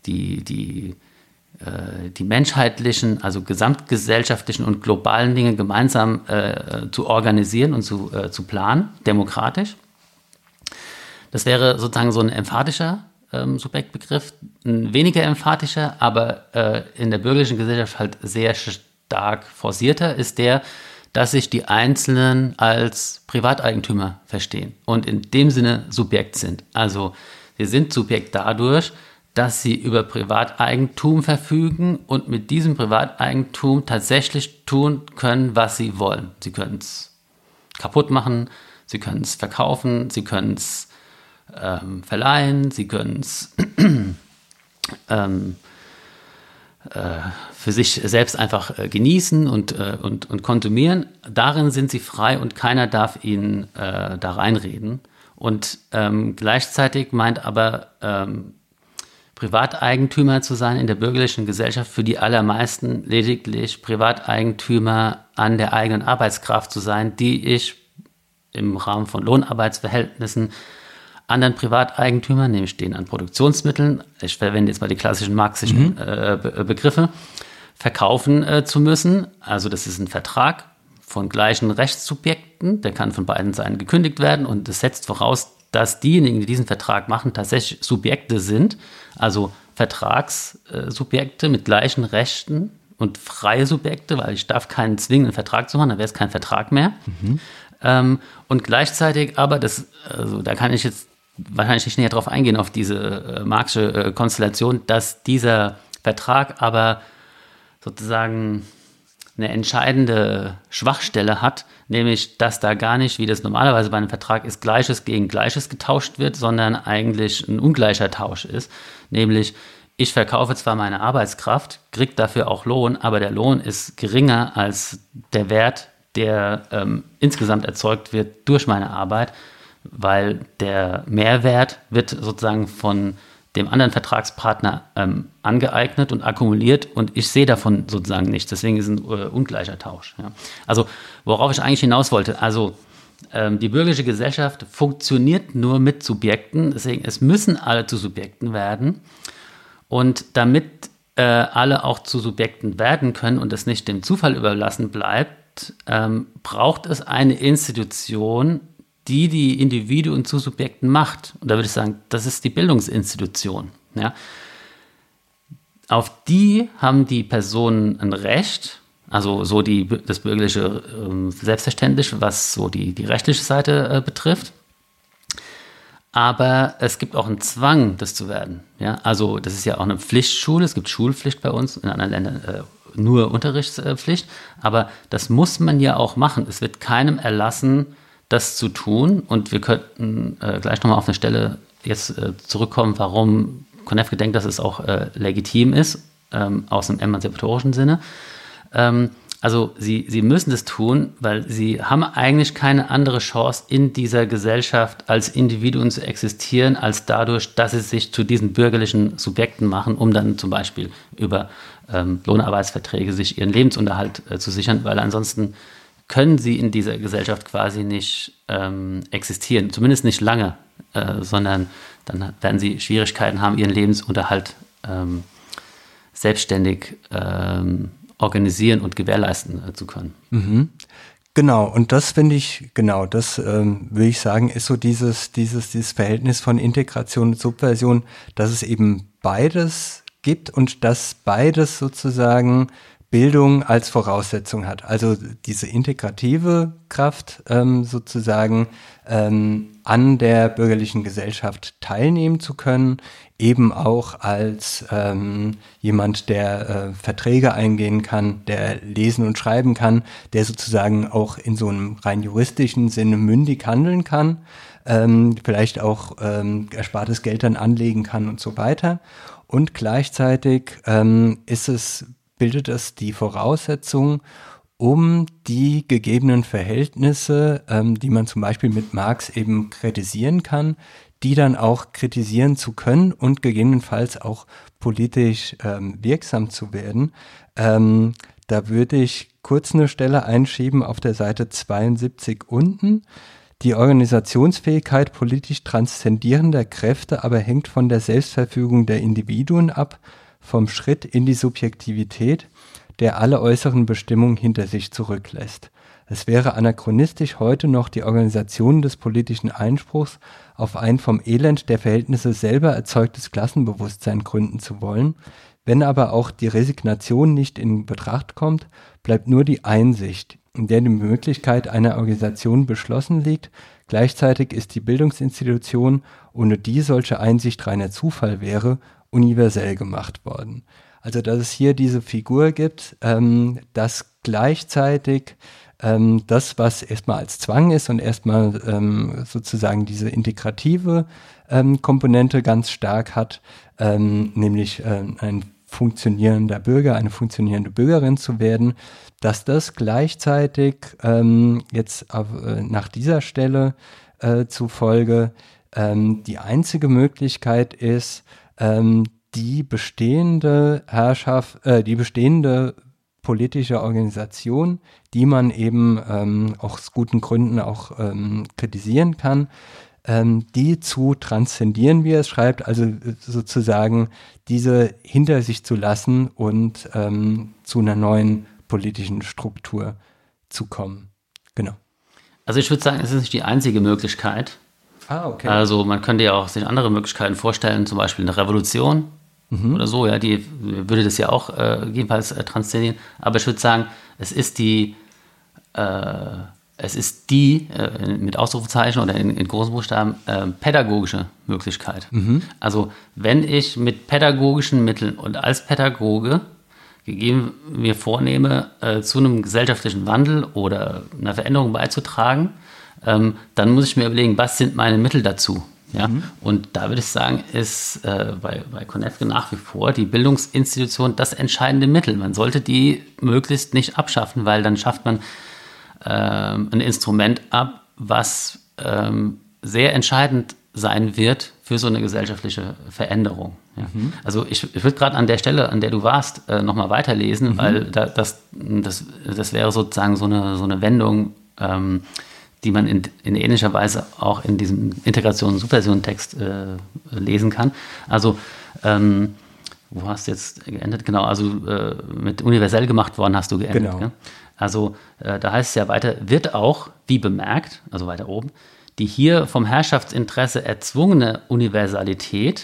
menschheitlichen, also gesamtgesellschaftlichen und globalen Dinge gemeinsam zu organisieren und zu planen, demokratisch. Das wäre sozusagen so ein emphatischer Subjektbegriff, ein weniger emphatischer, aber in der bürgerlichen Gesellschaft halt sehr stark forcierter ist der, dass sich die Einzelnen als Privateigentümer verstehen und in dem Sinne Subjekt sind. Also sie sind Subjekt dadurch, dass sie über Privateigentum verfügen und mit diesem Privateigentum tatsächlich tun können, was sie wollen. Sie können es kaputt machen, sie können es verkaufen, sie können es verleihen, sie können es für sich selbst einfach genießen und konsumieren. Darin sind sie frei und keiner darf ihnen da reinreden. Und gleichzeitig meint aber Privateigentümer zu sein in der bürgerlichen Gesellschaft für die allermeisten lediglich Privateigentümer an der eigenen Arbeitskraft zu sein, die ich im Rahmen von Lohnarbeitsverhältnissen anderen Privateigentümern, nämlich denen an Produktionsmitteln, ich verwende jetzt mal die klassischen marxischen Begriffe, verkaufen zu müssen. Also das ist ein Vertrag von gleichen Rechtssubjekten, der kann von beiden Seiten gekündigt werden und das setzt voraus, dass diejenigen, die diesen Vertrag machen, tatsächlich Subjekte sind, also Vertragssubjekte mit gleichen Rechten und freie Subjekte, weil ich darf keinen zwingen, einen Vertrag zu machen, dann wäre es kein Vertrag mehr. Und gleichzeitig aber, da kann ich jetzt wahrscheinlich nicht näher drauf eingehen, auf diese marxische Konstellation, dass dieser Vertrag aber sozusagen eine entscheidende Schwachstelle hat, nämlich, dass da gar nicht, wie das normalerweise bei einem Vertrag ist, Gleiches gegen Gleiches getauscht wird, sondern eigentlich ein ungleicher Tausch ist. Nämlich, ich verkaufe zwar meine Arbeitskraft, kriege dafür auch Lohn, aber der Lohn ist geringer als der Wert, der insgesamt erzeugt wird durch meine Arbeit, weil der Mehrwert wird sozusagen von dem anderen Vertragspartner angeeignet und akkumuliert und ich sehe davon sozusagen nichts. Deswegen ist es ein ungleicher Tausch. Ja. Also worauf ich eigentlich hinaus wollte, also die bürgerliche Gesellschaft funktioniert nur mit Subjekten, deswegen es müssen alle zu Subjekten werden und damit alle auch zu Subjekten werden können und es nicht dem Zufall überlassen bleibt, braucht es eine Institution, die Individuen zu Subjekten macht. Und da würde ich sagen, das ist die Bildungsinstitution. Ja. Auf die haben die Personen ein Recht, also so das bürgerliche Selbstverständnis, was so die rechtliche Seite betrifft. Aber es gibt auch einen Zwang, das zu werden. Ja. Also das ist ja auch eine Pflichtschule, es gibt Schulpflicht bei uns, in anderen Ländern nur Unterrichtspflicht. Aber das muss man ja auch machen. Es wird keinem erlassen, das zu tun. Und wir könnten gleich nochmal auf eine Stelle jetzt zurückkommen, warum Konefke denkt, dass es auch legitim ist, aus dem emanzipatorischen Sinne. Also sie müssen das tun, weil sie haben eigentlich keine andere Chance in dieser Gesellschaft als Individuen zu existieren, als dadurch, dass sie sich zu diesen bürgerlichen Subjekten machen, um dann zum Beispiel über Lohnarbeitsverträge sich ihren Lebensunterhalt zu sichern, weil ansonsten können sie in dieser Gesellschaft quasi nicht existieren, zumindest nicht lange, sondern dann werden sie Schwierigkeiten haben, ihren Lebensunterhalt selbstständig organisieren und gewährleisten zu können. Mhm. Genau, und das finde ich, das würde ich sagen, ist so dieses Verhältnis von Integration und Subversion, dass es eben beides gibt und dass beides sozusagen Bildung als Voraussetzung hat. Also diese integrative Kraft sozusagen an der bürgerlichen Gesellschaft teilnehmen zu können, eben auch als jemand, der Verträge eingehen kann, der lesen und schreiben kann, der sozusagen auch in so einem rein juristischen Sinne mündig handeln kann, vielleicht auch erspartes Geld dann anlegen kann und so weiter. Und gleichzeitig bildet es die Voraussetzung, um die gegebenen Verhältnisse, die man zum Beispiel mit Marx eben kritisieren kann, die dann auch kritisieren zu können und gegebenenfalls auch politisch wirksam zu werden. Da würde ich kurz eine Stelle einschieben auf der Seite 72 unten. Die Organisationsfähigkeit politisch transzendierender Kräfte aber hängt von der Selbstverfügung der Individuen ab, vom Schritt in die Subjektivität, der alle äußeren Bestimmungen hinter sich zurücklässt. Es wäre anachronistisch, heute noch die Organisation des politischen Einspruchs auf ein vom Elend der Verhältnisse selber erzeugtes Klassenbewusstsein gründen zu wollen. Wenn aber auch die Resignation nicht in Betracht kommt, bleibt nur die Einsicht, in der die Möglichkeit einer Organisation beschlossen liegt. Gleichzeitig ist die Bildungsinstitution, ohne die solche Einsicht reiner Zufall wäre, universell gemacht worden. Also dass es hier diese Figur gibt, dass gleichzeitig das, was erstmal als Zwang ist und erstmal sozusagen diese integrative Komponente ganz stark hat, nämlich ein funktionierender Bürger, eine funktionierende Bürgerin zu werden, dass das gleichzeitig jetzt nach dieser Stelle zufolge die einzige Möglichkeit ist, die bestehende politische Organisation, die man eben auch aus guten Gründen auch kritisieren kann, die zu transzendieren, wie er es schreibt, also sozusagen diese hinter sich zu lassen und zu einer neuen politischen Struktur zu kommen. Genau. Also ich würde sagen, es ist nicht die einzige Möglichkeit. Okay. Also man könnte ja auch sich andere Möglichkeiten vorstellen, zum Beispiel eine Revolution oder so, ja, die würde das ja auch jedenfalls transzendieren. Aber ich würde sagen, es ist die mit Ausrufezeichen oder in großen Buchstaben pädagogische Möglichkeit. Also wenn ich mit pädagogischen Mitteln und als Pädagoge gegeben mir vornehme, zu einem gesellschaftlichen Wandel oder einer Veränderung beizutragen, dann muss ich mir überlegen, was sind meine Mittel dazu? Ja? Und da würde ich sagen, ist bei Konefke nach wie vor die Bildungsinstitution das entscheidende Mittel. Man sollte die möglichst nicht abschaffen, weil dann schafft man ein Instrument ab, was sehr entscheidend sein wird für so eine gesellschaftliche Veränderung. Ja. Also ich würde gerade an der Stelle, an der du warst, nochmal weiterlesen, weil das wäre sozusagen so eine Wendung, die man in ähnlicher Weise auch in diesem Integrations- und Subversion-Text lesen kann. Also wo hast du jetzt geendet? Genau, also mit universell gemacht worden hast du geendet. Genau. Gell? Also da heißt es ja weiter, wird auch, wie bemerkt, also weiter oben, die hier vom Herrschaftsinteresse erzwungene Universalität,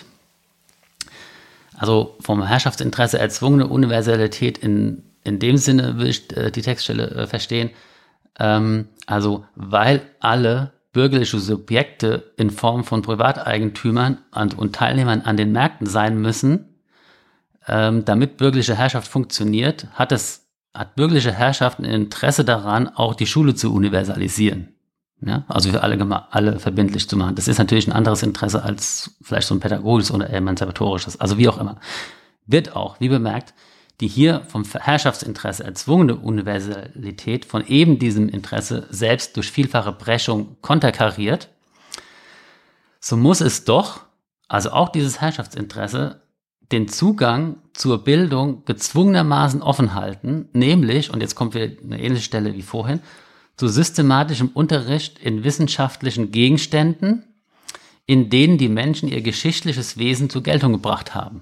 also vom Herrschaftsinteresse erzwungene Universalität in dem Sinne will ich die Textstelle verstehen, also weil alle bürgerliche Subjekte in Form von Privateigentümern und Teilnehmern an den Märkten sein müssen, damit bürgerliche Herrschaft funktioniert, hat bürgerliche Herrschaft ein Interesse daran, auch die Schule zu universalisieren. Ja? Also für alle verbindlich zu machen. Das ist natürlich ein anderes Interesse als vielleicht so ein pädagogisches oder emanzipatorisches, also wie auch immer. Wird auch, wie bemerkt, die hier vom Herrschaftsinteresse erzwungene Universalität von eben diesem Interesse selbst durch vielfache Brechung konterkariert, so muss es doch, also auch dieses Herrschaftsinteresse, den Zugang zur Bildung gezwungenermaßen offen halten, nämlich, und jetzt kommt wieder eine ähnliche Stelle wie vorhin, zu systematischem Unterricht in wissenschaftlichen Gegenständen, in denen die Menschen ihr geschichtliches Wesen zur Geltung gebracht haben.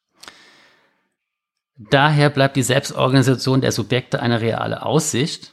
Daher bleibt die Selbstorganisation der Subjekte eine reale Aussicht,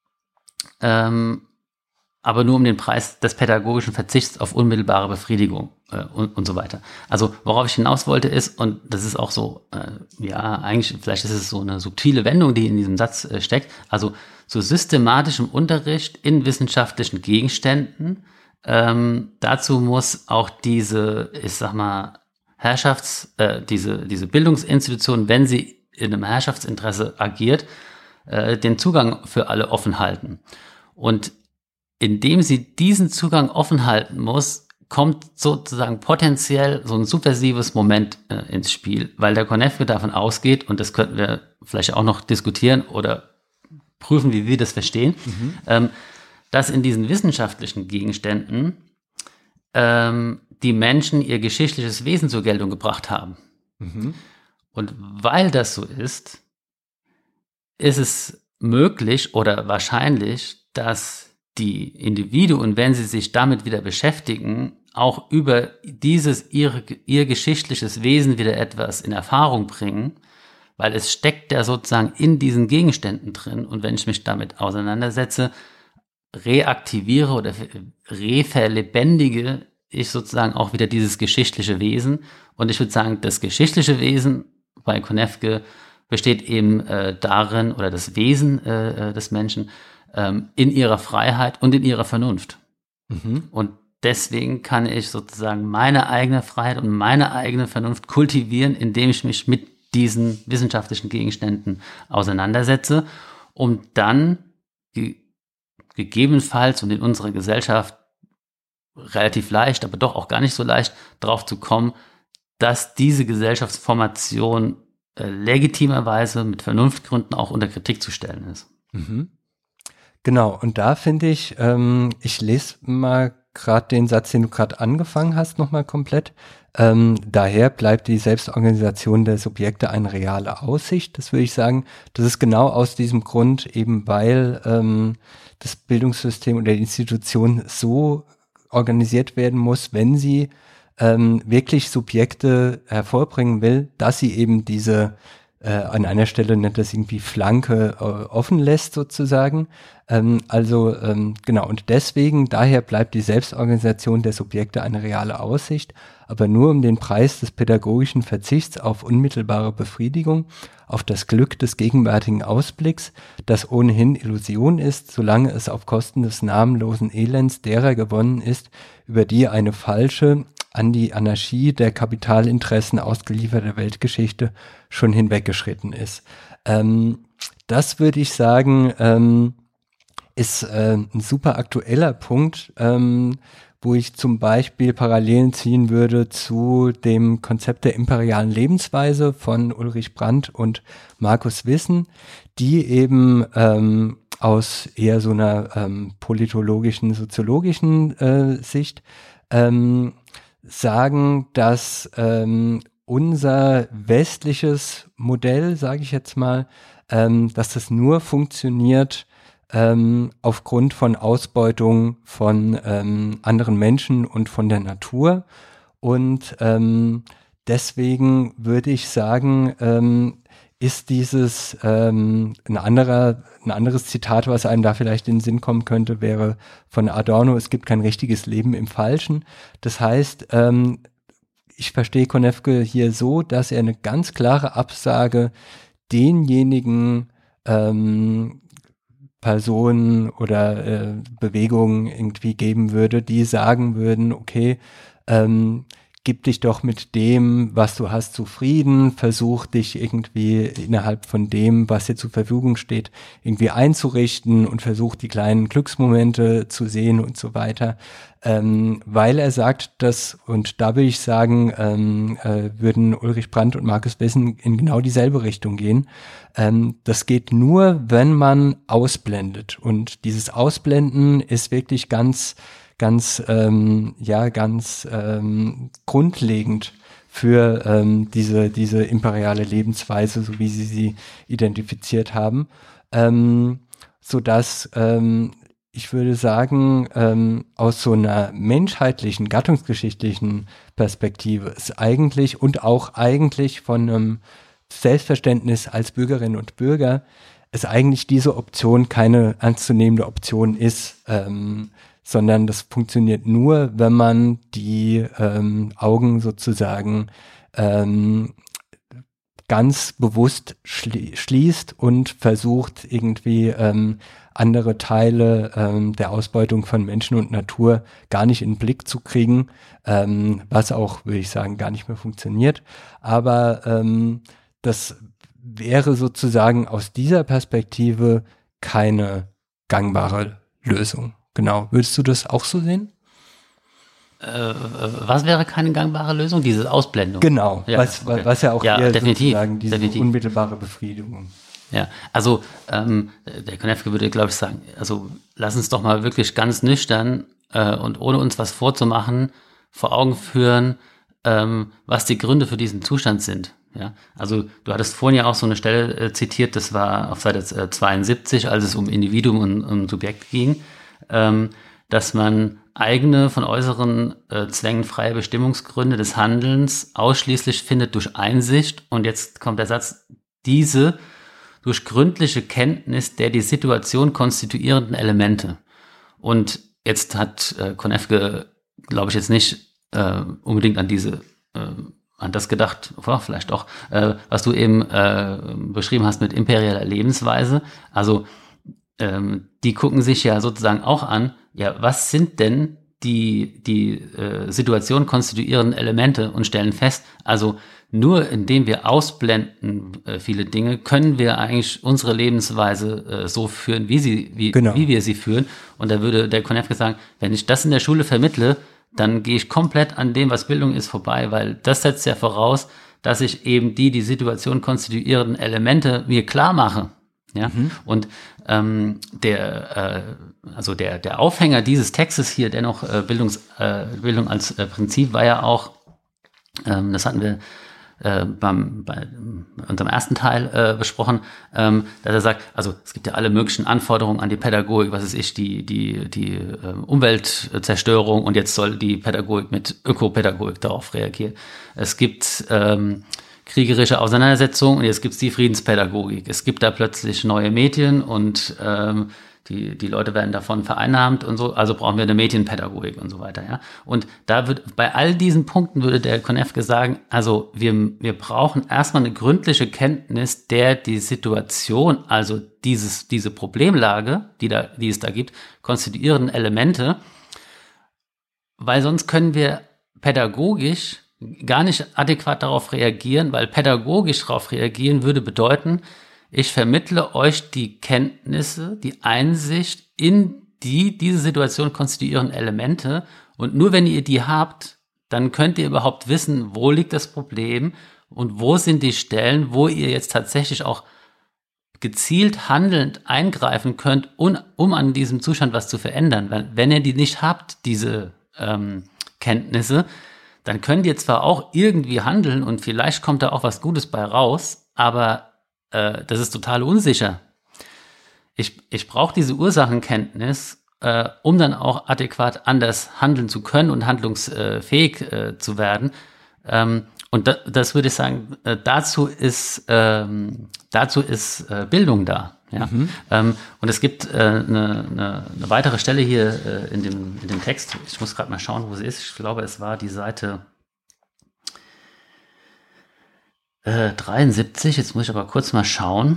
aber nur um den Preis des pädagogischen Verzichts auf unmittelbare Befriedigung und so weiter. Also worauf ich hinaus wollte ist, und das ist auch so, eigentlich, vielleicht ist es so eine subtile Wendung, die in diesem Satz steckt, also zu systematischem Unterricht in wissenschaftlichen Gegenständen, dazu muss auch diese, ich sag mal, diese Bildungsinstitution, wenn sie in einem Herrschaftsinteresse agiert, den Zugang für alle offen halten. Und indem sie diesen Zugang offen halten muss, kommt sozusagen potenziell so ein subversives Moment ins Spiel, weil der Konefke davon ausgeht, und das könnten wir vielleicht auch noch diskutieren oder prüfen, wie wir das verstehen, dass in diesen wissenschaftlichen Gegenständen die Menschen ihr geschichtliches Wesen zur Geltung gebracht haben. Und weil das so ist es möglich oder wahrscheinlich, dass die Individuen, wenn sie sich damit wieder beschäftigen, auch über ihr geschichtliches Wesen wieder etwas in Erfahrung bringen, weil es steckt ja sozusagen in diesen Gegenständen drin, und wenn ich mich damit auseinandersetze, reaktiviere oder reverlebendige ich sozusagen auch wieder dieses geschichtliche Wesen. Und ich würde sagen, das geschichtliche Wesen bei Konefke besteht eben darin, oder das Wesen des Menschen in ihrer Freiheit und in ihrer Vernunft. Und deswegen kann ich sozusagen meine eigene Freiheit und meine eigene Vernunft kultivieren, indem ich mich mit diesen wissenschaftlichen Gegenständen auseinandersetze, um dann gegebenenfalls und in unserer Gesellschaft relativ leicht, aber doch auch gar nicht so leicht, darauf zu kommen, dass diese Gesellschaftsformation legitimerweise mit Vernunftgründen auch unter Kritik zu stellen ist. Genau, und da finde ich, ich lese mal gerade den Satz, den du gerade angefangen hast, nochmal komplett. Daher bleibt die Selbstorganisation der Subjekte eine reale Aussicht. Das würde ich sagen, das ist genau aus diesem Grund, eben weil das Bildungssystem oder die Institution so organisiert werden muss, wenn sie wirklich Subjekte hervorbringen will, dass sie eben diese an einer Stelle nennt das irgendwie Flanke offen lässt sozusagen. Genau, und deswegen, daher bleibt die Selbstorganisation der Subjekte eine reale Aussicht, aber nur um den Preis des pädagogischen Verzichts auf unmittelbare Befriedigung, auf das Glück des gegenwärtigen Ausblicks, das ohnehin Illusion ist, solange es auf Kosten des namenlosen Elends derer gewonnen ist, über die eine falsche, an die Anarchie der Kapitalinteressen ausgelieferte Weltgeschichte schon hinweggeschritten ist. Das würde ich sagen, ist ein super aktueller Punkt, wo ich zum Beispiel Parallelen ziehen würde zu dem Konzept der imperialen Lebensweise von Ulrich Brandt und Markus Wissen, die eben aus eher so einer politologischen, soziologischen Sicht sagen, dass unser westliches Modell, sage ich jetzt mal, dass das nur funktioniert aufgrund von Ausbeutung von anderen Menschen und von der Natur. Und deswegen würde ich sagen, ist dieses ein anderes Zitat, was einem da vielleicht in den Sinn kommen könnte, wäre von Adorno: Es gibt kein richtiges Leben im Falschen. Das heißt, ich verstehe Konefke hier so, dass er eine ganz klare Absage denjenigen Personen oder Bewegungen irgendwie geben würde, die sagen würden, okay, gib dich doch mit dem, was du hast, zufrieden, versuch dich irgendwie innerhalb von dem, was dir zur Verfügung steht, irgendwie einzurichten und versuch die kleinen Glücksmomente zu sehen und so weiter, weil er sagt, dass, und da würde ich sagen, würden Ulrich Brandt und Markus Wissen in genau dieselbe Richtung gehen. Das geht nur, wenn man ausblendet, und dieses Ausblenden ist wirklich ganz grundlegend für diese imperiale Lebensweise, so wie sie identifiziert haben, sodass ich würde sagen, aus so einer menschheitlichen, gattungsgeschichtlichen Perspektive ist eigentlich und auch eigentlich von einem Selbstverständnis als Bürgerinnen und Bürger ist eigentlich diese Option keine ernstzunehmende Option ist, sondern das funktioniert nur, wenn man die Augen sozusagen ganz bewusst schließt und versucht irgendwie andere Teile der Ausbeutung von Menschen und Natur gar nicht in den Blick zu kriegen, was auch, würde ich sagen, gar nicht mehr funktioniert. Aber das wäre sozusagen aus dieser Perspektive keine gangbare Lösung. Genau. Würdest du das auch so sehen? Was wäre keine gangbare Lösung? Diese Ausblendung. Genau, ja, was ja auch ja, sozusagen diese unmittelbare Befriedigung. Ja, also der Konefke würde, glaube ich, sagen, also lass uns doch mal wirklich ganz nüchtern und ohne uns was vorzumachen, vor Augen führen, was die Gründe für diesen Zustand sind. Ja, also du hattest vorhin ja auch so eine Stelle zitiert, das war auf Seite 72, als es um Individuum und um Subjekt ging, dass man eigene von äußeren Zwängen freie Bestimmungsgründe des Handelns ausschließlich findet durch Einsicht, und jetzt kommt der Satz, diese durch gründliche Kenntnis der die Situation konstituierenden Elemente. Und jetzt hat Konefke, glaube ich, jetzt nicht unbedingt an diese an das gedacht, vielleicht doch, was du eben beschrieben hast mit imperieller Lebensweise. Also die gucken sich ja sozusagen auch an, ja, was sind denn die Situation konstituierenden Elemente, und stellen fest, also nur indem wir ausblenden viele Dinge, können wir eigentlich unsere Lebensweise so führen, wie wir sie führen. Und da würde der Konefke sagen, wenn ich das in der Schule vermittle, dann gehe ich komplett an dem, was Bildung ist, vorbei, weil das setzt ja voraus, dass ich eben die Situation konstituierenden Elemente mir klar mache. Ja, und der Aufhänger dieses Textes hier, dennoch Bildung als Prinzip, war ja auch, das hatten wir bei unserem ersten Teil besprochen, dass er sagt, also es gibt ja alle möglichen Anforderungen an die Pädagogik, was weiß ich, die Umweltzerstörung, und jetzt soll die Pädagogik mit Ökopädagogik darauf reagieren. Es gibt kriegerische Auseinandersetzungen, und jetzt gibt's die Friedenspädagogik. Es gibt da plötzlich neue Medien, und die Leute werden davon vereinnahmt und so, also brauchen wir eine Medienpädagogik und so weiter, ja. Und da bei all diesen Punkten würde der Konefke sagen, also wir brauchen erstmal eine gründliche Kenntnis der die Situation, also diese Problemlage, die es da gibt, konstituierenden Elemente, weil sonst können wir pädagogisch gar nicht adäquat darauf reagieren, weil pädagogisch darauf reagieren würde bedeuten, ich vermittle euch die Kenntnisse, die Einsicht in diese Situation konstituierenden Elemente, und nur wenn ihr die habt, dann könnt ihr überhaupt wissen, wo liegt das Problem und wo sind die Stellen, wo ihr jetzt tatsächlich auch gezielt handelnd eingreifen könnt, um an diesem Zustand was zu verändern. Weil wenn ihr die nicht habt, diese Kenntnisse, dann könnt ihr zwar auch irgendwie handeln und vielleicht kommt da auch was Gutes bei raus, aber das ist total unsicher. Ich brauche diese Ursachenkenntnis, um dann auch adäquat anders handeln zu können und handlungsfähig zu werden. Und das würde ich sagen, dazu ist Bildung da. Ja? Und es gibt eine weitere Stelle hier in dem Text. Ich muss gerade mal schauen, wo sie ist. Ich glaube, es war die Seite 73, jetzt muss ich aber kurz mal schauen.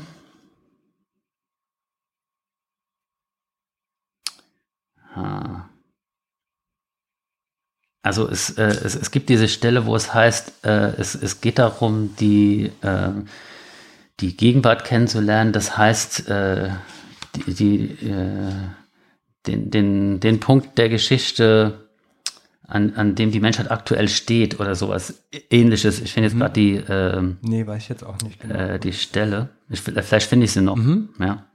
Also es gibt diese Stelle, wo es heißt, es geht darum, die Gegenwart kennenzulernen. Das heißt, den Punkt der Geschichte, an dem die Menschheit aktuell steht oder sowas Ähnliches. Ich finde jetzt gerade die nee, weiß ich jetzt auch nicht genau. Die Stelle. Vielleicht finde ich sie noch. Ja.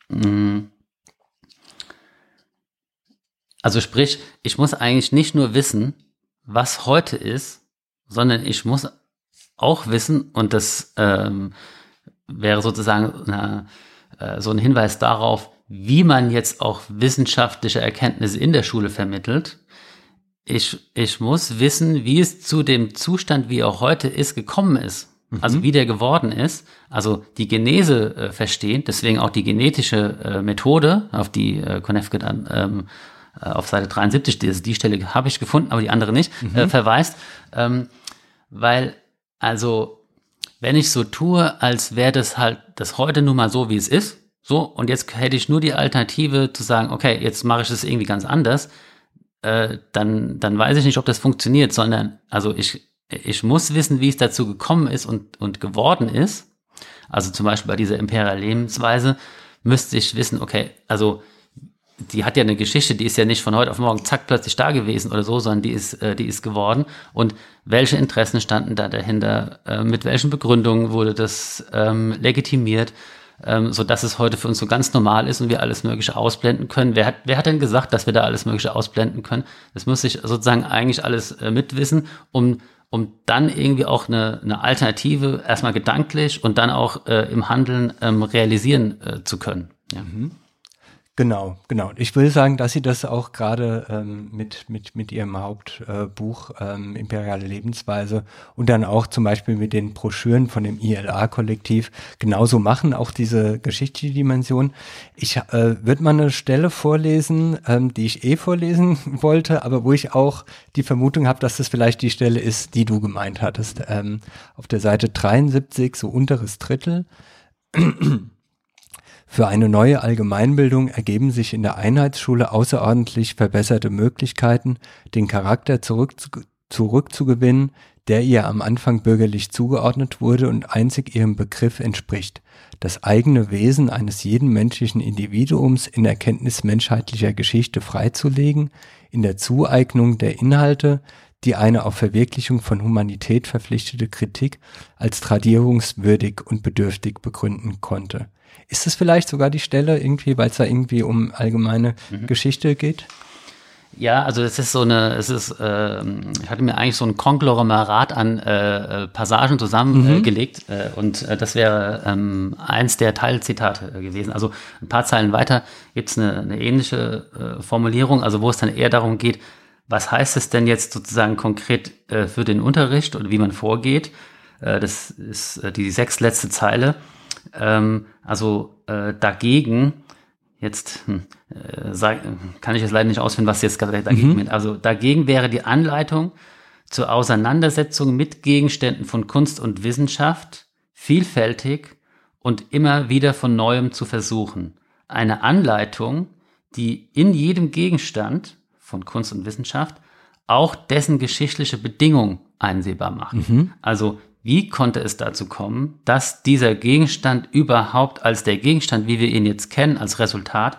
Also sprich, ich muss eigentlich nicht nur wissen, was heute ist, sondern ich muss auch wissen, und das wäre sozusagen so ein Hinweis darauf, wie man jetzt auch wissenschaftliche Erkenntnisse in der Schule vermittelt. Ich muss wissen, wie es zu dem Zustand, wie er heute ist, gekommen ist. Also wie der geworden ist. Also die Genese verstehen, deswegen auch die genetische Methode, auf die Konefke dann auf Seite 73, die Stelle habe ich gefunden, aber die andere nicht, verweist. Weil, also, wenn ich so tue, als wäre das halt das heute nun mal so, wie es ist, so, und jetzt hätte ich nur die Alternative zu sagen, okay, jetzt mache ich das irgendwie ganz anders, dann weiß ich nicht, ob das funktioniert, sondern, also ich muss wissen, wie es dazu gekommen ist und geworden ist. Also zum Beispiel bei dieser imperialen Lebensweise müsste ich wissen, okay, also die hat ja eine Geschichte, die ist ja nicht von heute auf morgen zack plötzlich da gewesen oder so, sondern die ist geworden. Und welche Interessen standen da dahinter? Mit welchen Begründungen wurde das legitimiert? So dass es heute für uns so ganz normal ist und wir alles Mögliche ausblenden können. Wer hat denn gesagt, dass wir da alles Mögliche ausblenden können? Das muss ich sozusagen eigentlich alles mitwissen, um dann irgendwie auch eine Alternative erstmal gedanklich und dann auch im Handeln realisieren zu können. Ja. Genau. Ich will sagen, dass Sie das auch gerade mit Ihrem Hauptbuch Imperiale Lebensweise und dann auch zum Beispiel mit den Broschüren von dem ILA-Kollektiv genauso machen, auch diese geschichtliche Dimension. Ich würde mal eine Stelle vorlesen, die ich vorlesen wollte, aber wo ich auch die Vermutung habe, dass das vielleicht die Stelle ist, die du gemeint hattest. Auf der Seite 73, so unteres Drittel. Für eine neue Allgemeinbildung ergeben sich in der Einheitsschule außerordentlich verbesserte Möglichkeiten, den Charakter zurückzugewinnen, der ihr am Anfang bürgerlich zugeordnet wurde und einzig ihrem Begriff entspricht, das eigene Wesen eines jeden menschlichen Individuums in Erkenntnis menschheitlicher Geschichte freizulegen, in der Zueignung der Inhalte, die eine auf Verwirklichung von Humanität verpflichtete Kritik als tradierungswürdig und bedürftig begründen konnte. Ist das vielleicht sogar die Stelle irgendwie, weil es da irgendwie um allgemeine Geschichte geht? Ja, also ich hatte mir eigentlich so ein Konglomerat an Passagen zusammengelegt und das wäre eins der Teilzitate gewesen. Also ein paar Zeilen weiter gibt es eine ähnliche Formulierung, also wo es dann eher darum geht, was heißt es denn jetzt sozusagen konkret für den Unterricht und wie man vorgeht. Das ist die 6. letzte Zeile. Dagegen, jetzt kann ich jetzt leider nicht ausführen, was jetzt dagegen mit. Also dagegen wäre die Anleitung zur Auseinandersetzung mit Gegenständen von Kunst und Wissenschaft vielfältig und immer wieder von Neuem zu versuchen. Eine Anleitung, die in jedem Gegenstand von Kunst und Wissenschaft auch dessen geschichtliche Bedingung einsehbar macht. Also wie konnte es dazu kommen, dass dieser Gegenstand überhaupt als der Gegenstand, wie wir ihn jetzt kennen, als Resultat,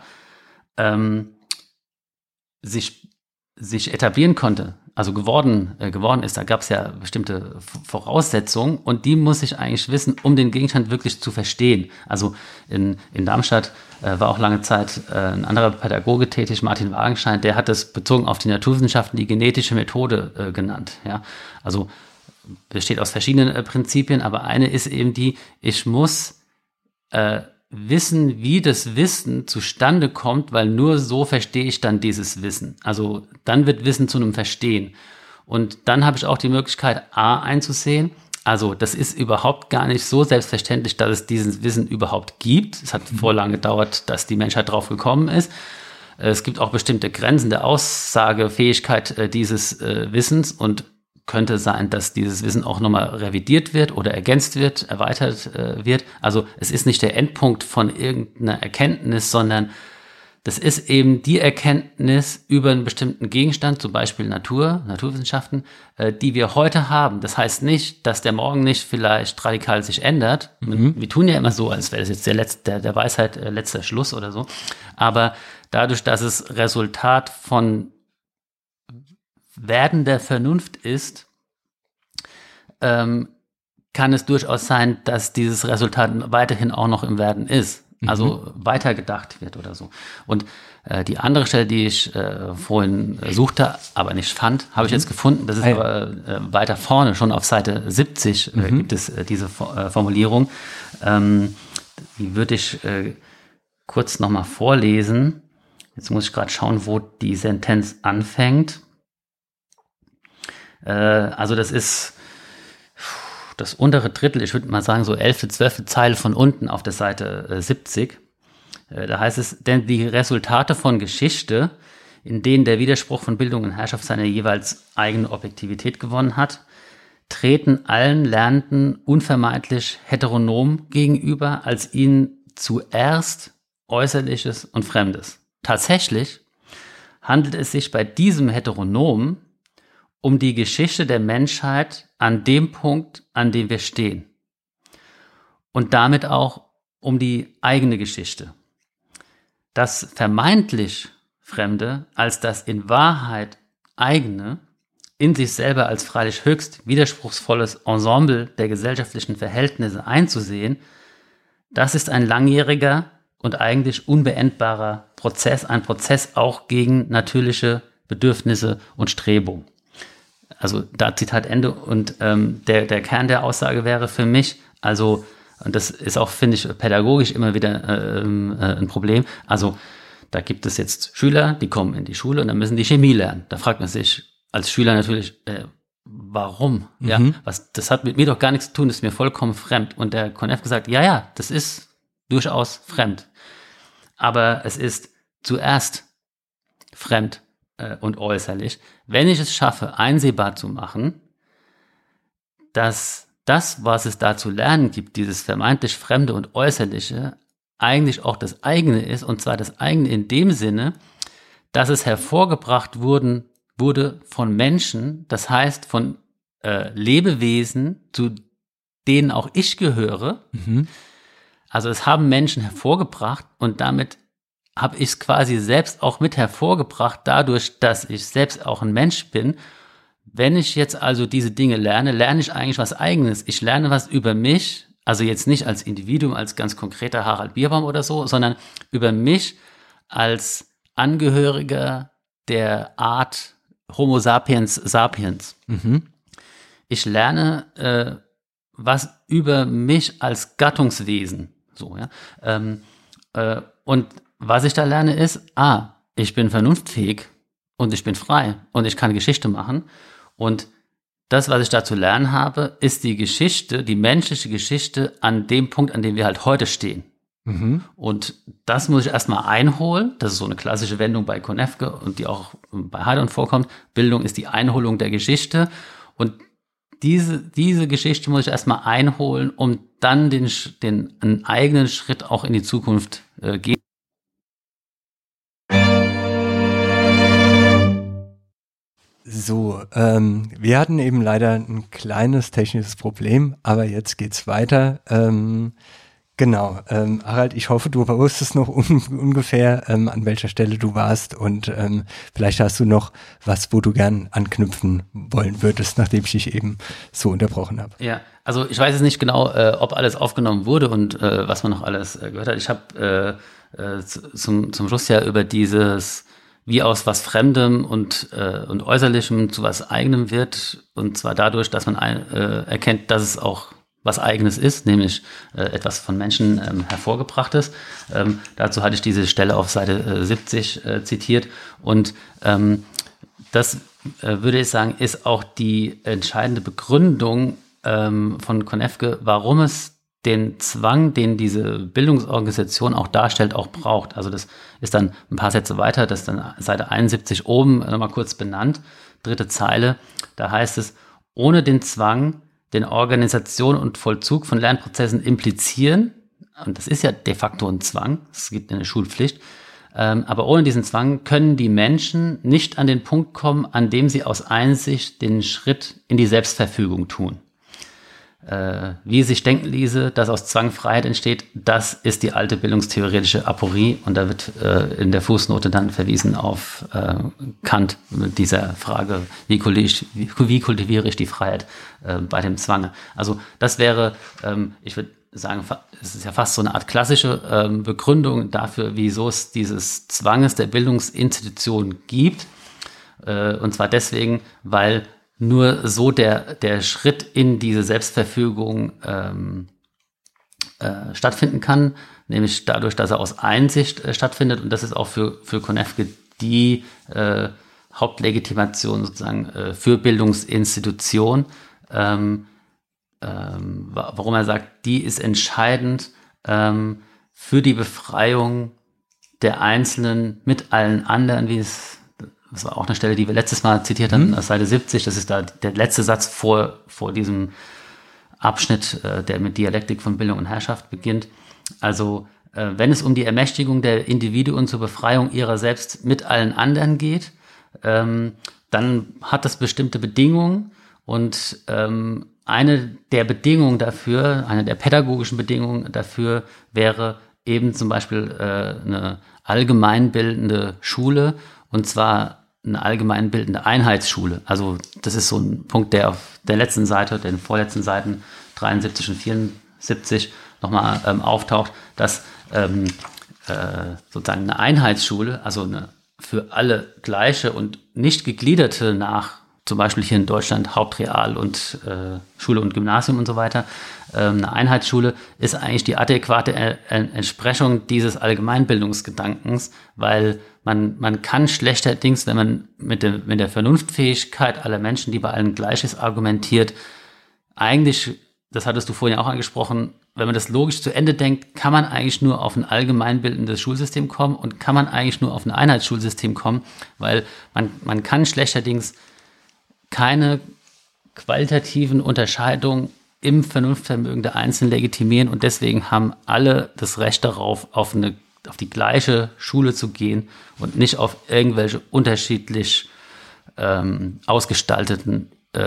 sich etablieren konnte, also geworden ist. Da gab es ja bestimmte Voraussetzungen und die muss ich eigentlich wissen, um den Gegenstand wirklich zu verstehen. Also in Darmstadt war auch lange Zeit ein anderer Pädagoge tätig, Martin Wagenschein, der hat das bezogen auf die Naturwissenschaften die genetische Methode genannt. Ja? Also besteht aus verschiedenen Prinzipien, aber eine ist eben die, ich muss wissen, wie das Wissen zustande kommt, weil nur so verstehe ich dann dieses Wissen. Also dann wird Wissen zu einem Verstehen. Und dann habe ich auch die Möglichkeit, einzusehen, also das ist überhaupt gar nicht so selbstverständlich, dass es dieses Wissen überhaupt gibt. Es hat vorlang gedauert, dass die Menschheit drauf gekommen ist. Es gibt auch bestimmte Grenzen der Aussagefähigkeit dieses Wissens und könnte sein, dass dieses Wissen auch nochmal revidiert wird oder ergänzt wird, erweitert wird. Also es ist nicht der Endpunkt von irgendeiner Erkenntnis, sondern das ist eben die Erkenntnis über einen bestimmten Gegenstand, zum Beispiel Naturwissenschaften, die wir heute haben. Das heißt nicht, dass der morgen nicht vielleicht radikal sich ändert. Wir tun ja immer so, als wäre das jetzt der Weisheit letzter Schluss oder so. Aber dadurch, dass es Resultat von werdender Vernunft ist, kann es durchaus sein, dass dieses Resultat weiterhin auch noch im Werden ist. Also weitergedacht wird oder so. Und die andere Stelle, die ich vorhin suchte, aber nicht fand, habe ich jetzt gefunden. Das ist aber weiter vorne, schon auf Seite 70 gibt es diese Formulierung. Die würde ich kurz nochmal vorlesen. Jetzt muss ich gerade schauen, wo die Sentenz anfängt. Also das ist das untere Drittel, ich würde mal sagen so 11., 12. Zeile von unten auf der Seite 70. Da heißt es, denn die Resultate von Geschichte, in denen der Widerspruch von Bildung und Herrschaft seine jeweils eigene Objektivität gewonnen hat, treten allen Lernenden unvermeidlich heteronom gegenüber, als ihnen zuerst Äußerliches und Fremdes. Tatsächlich handelt es sich bei diesem Heteronom um die Geschichte der Menschheit an dem Punkt, an dem wir stehen. Und damit auch um die eigene Geschichte. Das vermeintlich Fremde als das in Wahrheit eigene, in sich selber als freilich höchst widerspruchsvolles Ensemble der gesellschaftlichen Verhältnisse einzusehen, das ist ein langjähriger und eigentlich unbeendbarer Prozess, ein Prozess auch gegen natürliche Bedürfnisse und Strebungen. Also da Zitat Ende und der Kern der Aussage wäre für mich, also, und das ist auch, finde ich, pädagogisch immer wieder ein Problem, also da gibt es jetzt Schüler, die kommen in die Schule und dann müssen die Chemie lernen. Da fragt man sich als Schüler natürlich, warum? Ja, das hat mit mir doch gar nichts zu tun, das ist mir vollkommen fremd. Und der Konef gesagt, ja, das ist durchaus fremd. Aber es ist zuerst fremd und äußerlich, wenn ich es schaffe, einsehbar zu machen, dass das, was es da zu lernen gibt, dieses vermeintlich Fremde und Äußerliche, eigentlich auch das eigene ist, und zwar das eigene in dem Sinne, dass es hervorgebracht wurde von Menschen, das heißt von Lebewesen, zu denen auch ich gehöre. Also es haben Menschen hervorgebracht und damit habe ich es quasi selbst auch mit hervorgebracht, dadurch, dass ich selbst auch ein Mensch bin. Wenn ich jetzt also diese Dinge lerne ich eigentlich was Eigenes. Ich lerne was über mich, also jetzt nicht als Individuum, als ganz konkreter Harald Bierbaum oder so, sondern über mich als Angehöriger der Art Homo sapiens sapiens. Ich lerne was über mich als Gattungswesen. So, ja. Und was ich da lerne ist, ich bin vernunftfähig und ich bin frei und ich kann Geschichte machen. Und das, was ich da zu lernen habe, ist die Geschichte, die menschliche Geschichte an dem Punkt, an dem wir halt heute stehen. Und das muss ich erstmal einholen. Das ist so eine klassische Wendung bei Konefke und die auch bei Heidon vorkommt. Bildung ist die Einholung der Geschichte. Und diese Geschichte muss ich erstmal einholen, um dann einen eigenen Schritt auch in die Zukunft gehen. So, wir hatten eben leider ein kleines technisches Problem, aber jetzt geht's weiter. Genau, Harald, ich hoffe, du wusstest noch ungefähr, an welcher Stelle du warst und vielleicht hast du noch was, wo du gern anknüpfen wollen würdest, nachdem ich dich eben so unterbrochen habe. Ja, also ich weiß jetzt nicht genau, ob alles aufgenommen wurde und was man noch alles gehört hat. Ich habe zum Schluss ja über dieses, wie aus was Fremdem und Äußerlichem zu was Eigenem wird, und zwar dadurch, dass man erkennt, dass es auch was Eigenes ist, nämlich etwas von Menschen hervorgebrachtes. Dazu hatte ich diese Stelle auf Seite 70 zitiert und das würde ich sagen, ist auch die entscheidende Begründung von Konefke, warum es den Zwang, den diese Bildungsorganisation auch darstellt, auch braucht. Also das ist dann ein paar Sätze weiter, das ist dann Seite 71 oben nochmal kurz benannt, 3. Zeile, da heißt es, ohne den Zwang, den Organisation und Vollzug von Lernprozessen implizieren, und das ist ja de facto ein Zwang, es gibt eine Schulpflicht, aber ohne diesen Zwang können die Menschen nicht an den Punkt kommen, an dem sie aus Einsicht den Schritt in die Selbstverfügung tun. Wie es sich denken ließe, dass aus Zwang Freiheit entsteht, das ist die alte bildungstheoretische Aporie, und da wird in der Fußnote dann verwiesen auf Kant mit dieser Frage, wie kultiviere ich die Freiheit bei dem Zwang. Also das wäre, ich würde sagen, es ist ja fast so eine Art klassische Begründung dafür, wieso es dieses Zwanges der Bildungsinstitution gibt, und zwar deswegen, weil nur so der Schritt in diese Selbstverfügung stattfinden kann, nämlich dadurch, dass er aus Einsicht stattfindet. Und das ist auch für Konefke die Hauptlegitimation sozusagen für Bildungsinstitution. Warum er sagt, die ist entscheidend für die Befreiung der Einzelnen mit allen anderen, das war auch eine Stelle, die wir letztes Mal zitiert haben, auf Seite 70, das ist da der letzte Satz vor diesem Abschnitt, der mit Dialektik von Bildung und Herrschaft beginnt. Also wenn es um die Ermächtigung der Individuen zur Befreiung ihrer selbst mit allen anderen geht, dann hat das bestimmte Bedingungen und eine der Bedingungen dafür, eine der pädagogischen Bedingungen dafür wäre eben zum Beispiel eine allgemeinbildende Schule, und zwar eine allgemeinbildende Einheitsschule. Also das ist so ein Punkt, der auf der letzten Seite, den vorletzten Seiten 73 und 74 nochmal auftaucht, dass sozusagen eine Einheitsschule, also eine für alle gleiche und nicht gegliederte nach zum Beispiel hier in Deutschland Hauptreal und Schule und Gymnasium und so weiter, eine Einheitsschule ist eigentlich die adäquate Entsprechung dieses Allgemeinbildungsgedankens, weil man kann schlechterdings, wenn man mit der Vernunftfähigkeit aller Menschen, die bei allen gleich ist, argumentiert, eigentlich, das hattest du vorhin auch angesprochen, wenn man das logisch zu Ende denkt, kann man eigentlich nur auf ein allgemeinbildendes Schulsystem kommen und kann man eigentlich nur auf ein Einheitsschulsystem kommen, weil man kann schlechterdings keine qualitativen Unterscheidungen im Vernunftvermögen der Einzelnen legitimieren, und deswegen haben alle das Recht darauf, auf die gleiche Schule zu gehen und nicht auf irgendwelche unterschiedlich ausgestalteten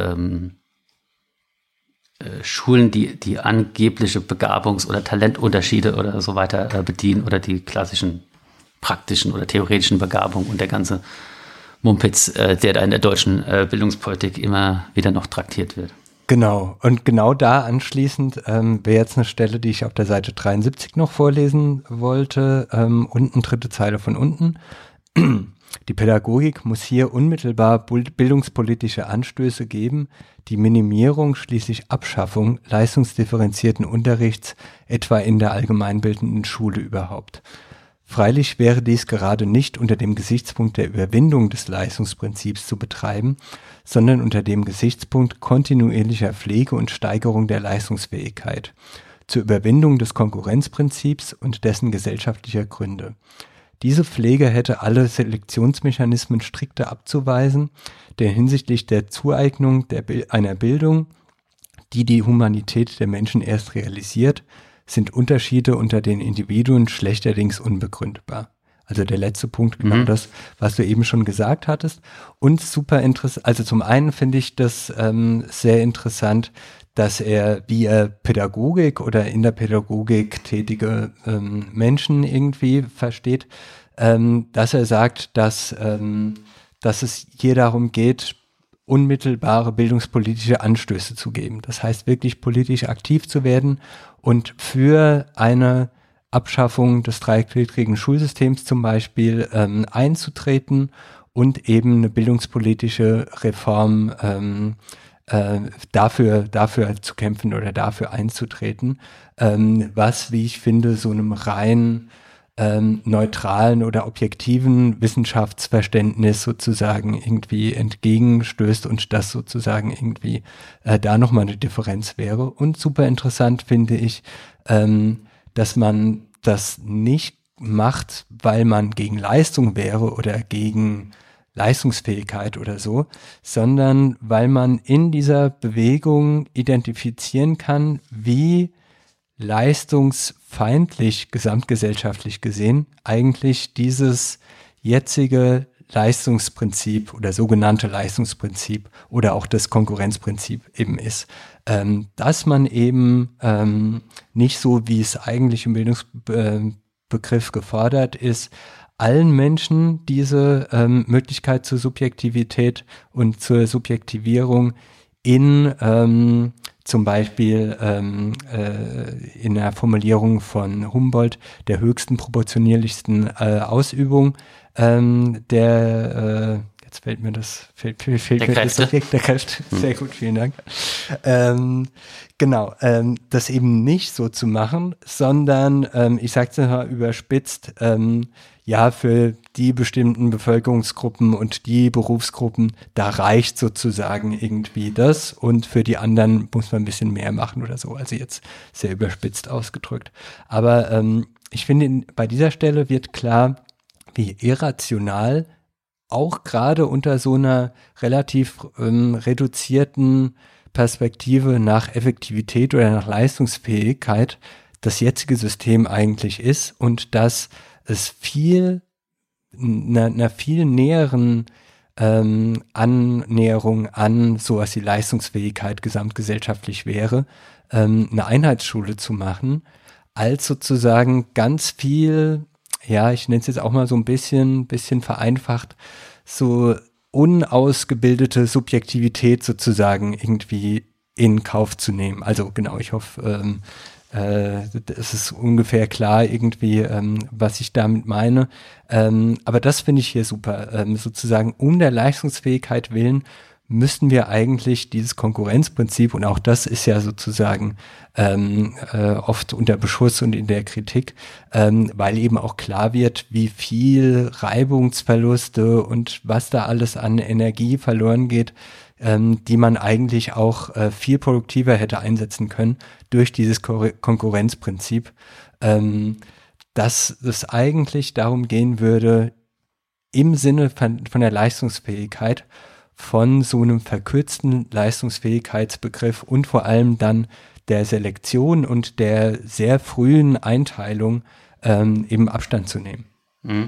Schulen, die angebliche Begabungs- oder Talentunterschiede oder so weiter bedienen, oder die klassischen praktischen oder theoretischen Begabungen und der ganze Mumpitz, der da in der deutschen Bildungspolitik immer wieder noch traktiert wird. Genau, und genau da anschließend wäre jetzt eine Stelle, die ich auf der Seite 73 noch vorlesen wollte, unten dritte Zeile von unten. Die Pädagogik muss hier unmittelbar bildungspolitische Anstöße geben, die Minimierung, schließlich Abschaffung leistungsdifferenzierten Unterrichts, etwa in der allgemeinbildenden Schule überhaupt. Freilich wäre dies gerade nicht unter dem Gesichtspunkt der Überwindung des Leistungsprinzips zu betreiben, sondern unter dem Gesichtspunkt kontinuierlicher Pflege und Steigerung der Leistungsfähigkeit, zur Überwindung des Konkurrenzprinzips und dessen gesellschaftlicher Gründe. Diese Pflege hätte alle Selektionsmechanismen strikter abzuweisen, denn hinsichtlich der Zueignung einer Bildung, die Humanität der Menschen erst realisiert, sind Unterschiede unter den Individuen schlechterdings unbegründbar. Also der letzte Punkt, genau das, was du eben schon gesagt hattest. Und super interessant, also zum einen finde ich das sehr interessant, dass wie er Pädagogik oder in der Pädagogik tätige Menschen irgendwie versteht, dass er sagt, dass es hier darum geht, unmittelbare bildungspolitische Anstöße zu geben. Das heißt, wirklich politisch aktiv zu werden und für eine Abschaffung des dreigliedrigen Schulsystems zum Beispiel einzutreten und eben eine bildungspolitische Reform dafür zu kämpfen oder dafür einzutreten, was, wie ich finde, so einem rein neutralen oder objektiven Wissenschaftsverständnis sozusagen irgendwie entgegenstößt und das sozusagen irgendwie da nochmal eine Differenz wäre. Und super interessant finde ich, dass man das nicht macht, weil man gegen Leistung wäre oder gegen Leistungsfähigkeit oder so, sondern weil man in dieser Bewegung identifizieren kann, wie leistungsfeindlich gesamtgesellschaftlich gesehen eigentlich dieses jetzige Leistungsprinzip oder sogenannte Leistungsprinzip oder auch das Konkurrenzprinzip eben ist. Dass man eben nicht so, wie es eigentlich im Bildungsbegriff gefordert ist, allen Menschen diese Möglichkeit zur Subjektivität und zur Subjektivierung in zum Beispiel in der Formulierung von Humboldt der höchsten, proportionierlichsten Ausübung jetzt jetzt fällt mir das Objekt der Kräfte. Sehr gut, vielen Dank. Das eben nicht so zu machen, sondern, ich sage es mal überspitzt, für die bestimmten Bevölkerungsgruppen und die Berufsgruppen, da reicht sozusagen irgendwie das und für die anderen muss man ein bisschen mehr machen oder so. Also jetzt sehr überspitzt ausgedrückt. Aber ich finde, bei dieser Stelle wird klar, wie irrational auch gerade unter so einer relativ reduzierten Perspektive nach Effektivität oder nach Leistungsfähigkeit das jetzige System eigentlich ist und dass es einer viel näheren Annäherung an sowas wie Leistungsfähigkeit gesamtgesellschaftlich wäre, eine Einheitsschule zu machen, als sozusagen ganz viel, ja, ich nenne es jetzt auch mal so ein bisschen vereinfacht, so unausgebildete Subjektivität sozusagen irgendwie in Kauf zu nehmen. Also genau, ich hoffe, es ist ungefähr klar irgendwie, was ich damit meine. Aber das finde ich hier super. Sozusagen um der Leistungsfähigkeit willen müssten wir eigentlich dieses Konkurrenzprinzip, und auch das ist ja sozusagen oft unter Beschuss und in der Kritik, weil eben auch klar wird, wie viel Reibungsverluste und was da alles an Energie verloren geht, die man eigentlich auch viel produktiver hätte einsetzen können durch dieses Konkurrenzprinzip, dass es eigentlich darum gehen würde, im Sinne von der Leistungsfähigkeit von so einem verkürzten Leistungsfähigkeitsbegriff und vor allem dann der Selektion und der sehr frühen Einteilung eben Abstand zu nehmen. Mhm.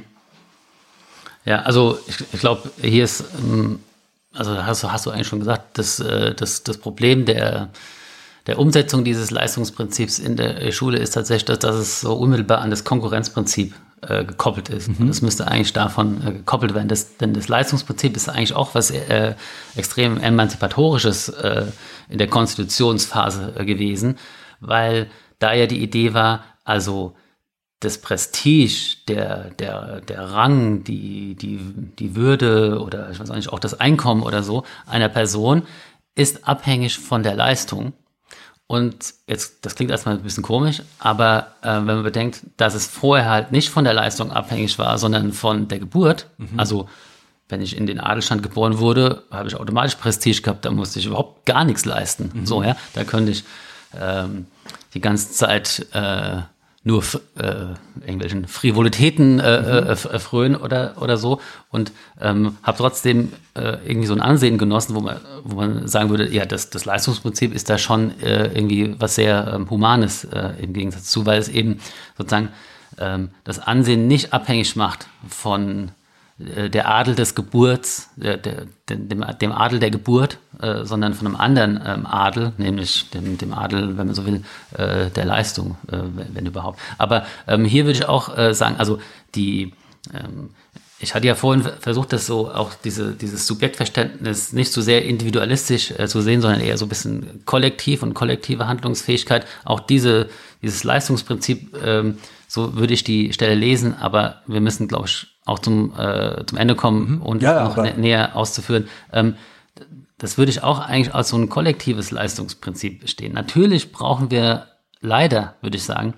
Ja, also ich glaube, hier ist, also hast du eigentlich schon gesagt, das Problem der Umsetzung dieses Leistungsprinzips in der Schule ist tatsächlich, dass es so unmittelbar an das Konkurrenzprinzip gekoppelt ist. Und das müsste eigentlich davon gekoppelt werden. Denn das Leistungsprinzip ist eigentlich auch was extrem Emanzipatorisches in der Konstitutionsphase gewesen, weil da ja die Idee war, also das Prestige, der Rang, die Würde oder ich weiß auch nicht, auch das Einkommen oder so einer Person ist abhängig von der Leistung. Und jetzt, das klingt erstmal ein bisschen komisch, aber wenn man bedenkt, dass es vorher halt nicht von der Leistung abhängig war, sondern von der Geburt, also wenn ich in den Adelstand geboren wurde, habe ich automatisch Prestige gehabt, da musste ich überhaupt gar nichts leisten. So, ja, da könnte ich die ganze Zeit nur irgendwelchen Frivolitäten frönen oder so und habe trotzdem irgendwie so ein Ansehen genossen, wo man sagen würde, ja, das Leistungsprinzip ist da schon irgendwie was sehr Humanes im Gegensatz zu, weil es eben sozusagen das Ansehen nicht abhängig macht von der Adel des Geburts, dem Adel der Geburt, sondern von einem anderen Adel, nämlich dem Adel, wenn man so will, der Leistung, wenn überhaupt. Aber hier würde ich auch sagen, also ich hatte ja vorhin versucht, das so auch dieses Subjektverständnis nicht so sehr individualistisch zu sehen, sondern eher so ein bisschen kollektiv und kollektive Handlungsfähigkeit. Auch dieses Leistungsprinzip, so würde ich die Stelle lesen, aber wir müssen, glaube ich, auch zum Ende kommen und noch näher auszuführen. Das würde ich auch eigentlich als so ein kollektives Leistungsprinzip verstehen. Natürlich brauchen wir leider, würde ich sagen,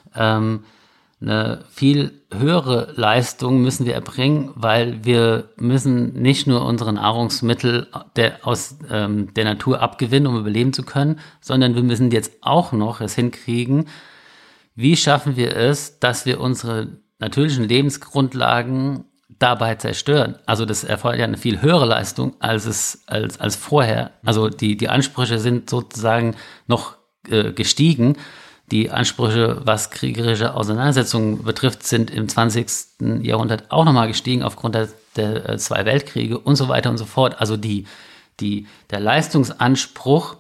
eine viel höhere Leistung müssen wir erbringen, weil wir müssen nicht nur unsere Nahrungsmittel aus der Natur abgewinnen, um überleben zu können, sondern wir müssen jetzt auch noch es hinkriegen, wie schaffen wir es, dass wir unsere natürlichen Lebensgrundlagen dabei zerstören. Also das erfordert ja eine viel höhere Leistung als vorher. Also die Ansprüche sind sozusagen noch gestiegen. Die Ansprüche, was kriegerische Auseinandersetzungen betrifft, sind im 20. Jahrhundert auch nochmal gestiegen aufgrund der 2 Weltkriege und so weiter und so fort. Also der Leistungsanspruch,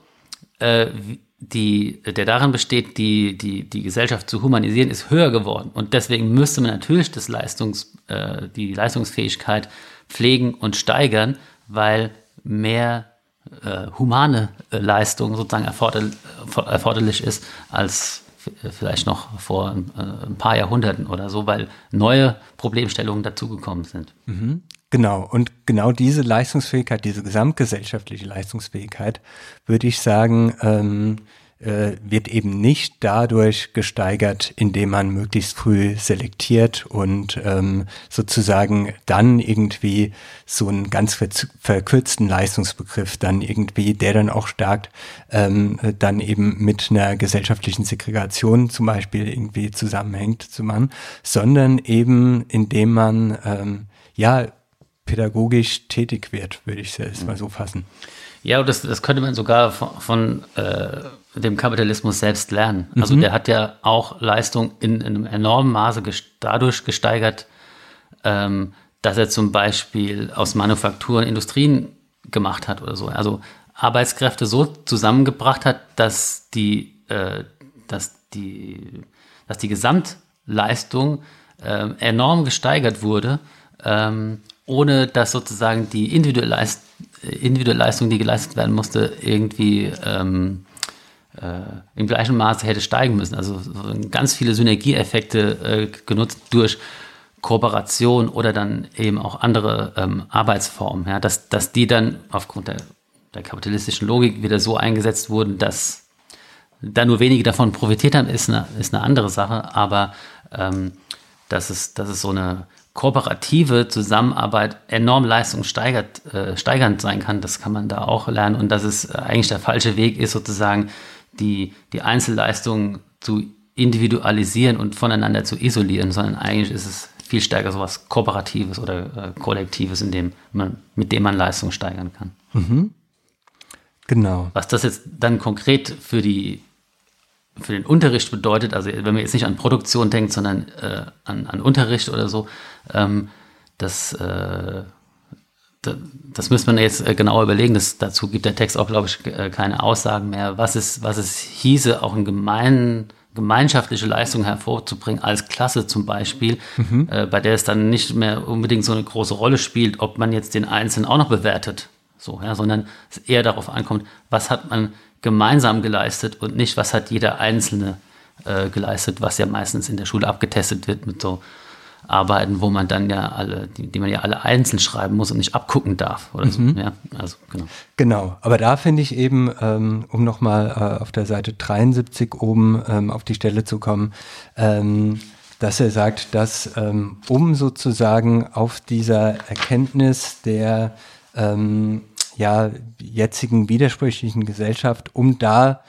der darin besteht, die Gesellschaft zu humanisieren, ist höher geworden. Und deswegen müsste man natürlich die Leistungsfähigkeit pflegen und steigern, weil mehr humane Leistung sozusagen erforderlich ist als vielleicht noch vor ein paar Jahrhunderten oder so, weil neue Problemstellungen dazugekommen sind. Genau, und genau diese Leistungsfähigkeit, diese gesamtgesellschaftliche Leistungsfähigkeit, würde ich sagen, wird eben nicht dadurch gesteigert, indem man möglichst früh selektiert und sozusagen dann irgendwie so einen ganz verkürzten Leistungsbegriff dann irgendwie, der dann auch stark dann eben mit einer gesellschaftlichen Segregation zum Beispiel irgendwie zusammenhängt zu machen, sondern eben indem man pädagogisch tätig wird, würde ich es mal so fassen. Ja, und das könnte man sogar von dem Kapitalismus selbst lernen. Also der hat ja auch Leistung in einem enormen Maße dadurch gesteigert, dass er zum Beispiel aus Manufakturen Industrien gemacht hat oder so. Also Arbeitskräfte so zusammengebracht hat, dass die Gesamtleistung enorm gesteigert wurde, ohne dass sozusagen die individuelle Leistung, die geleistet werden musste, irgendwie im gleichen Maße hätte steigen müssen. Also ganz viele Synergieeffekte genutzt durch Kooperation oder dann eben auch andere Arbeitsformen, ja, dass die dann aufgrund der kapitalistischen Logik wieder so eingesetzt wurden, dass da nur wenige davon profitiert haben, ist eine andere Sache, aber dass es so eine kooperative Zusammenarbeit enorm leistungssteigernd sein kann, das kann man da auch lernen, und dass es eigentlich der falsche Weg ist, sozusagen die Einzelleistungen zu individualisieren und voneinander zu isolieren, sondern eigentlich ist es viel stärker sowas Kooperatives oder Kollektives, mit dem man Leistung steigern kann. Mhm. Genau. Was das jetzt dann konkret für den Unterricht bedeutet, also wenn man jetzt nicht an Produktion denkt, sondern an Unterricht oder so, das müsste man jetzt genauer überlegen. Dazu gibt der Text auch, glaube ich, keine Aussagen mehr, was es hieße, auch eine gemeinschaftliche Leistung hervorzubringen, als Klasse zum Beispiel, bei der es dann nicht mehr unbedingt so eine große Rolle spielt, ob man jetzt den Einzelnen auch noch bewertet, so, ja, sondern es eher darauf ankommt, was hat man gemeinsam geleistet und nicht, was hat jeder Einzelne geleistet, was ja meistens in der Schule abgetestet wird mit so Arbeiten, wo man dann ja die man ja alle einzeln schreiben muss und nicht abgucken darf oder so. Ja, also genau. Genau, aber da finde ich eben, um nochmal auf der Seite 73 oben auf die Stelle zu kommen, dass er sagt, dass um sozusagen auf dieser Erkenntnis der jetzigen widersprüchlichen Gesellschaft, um da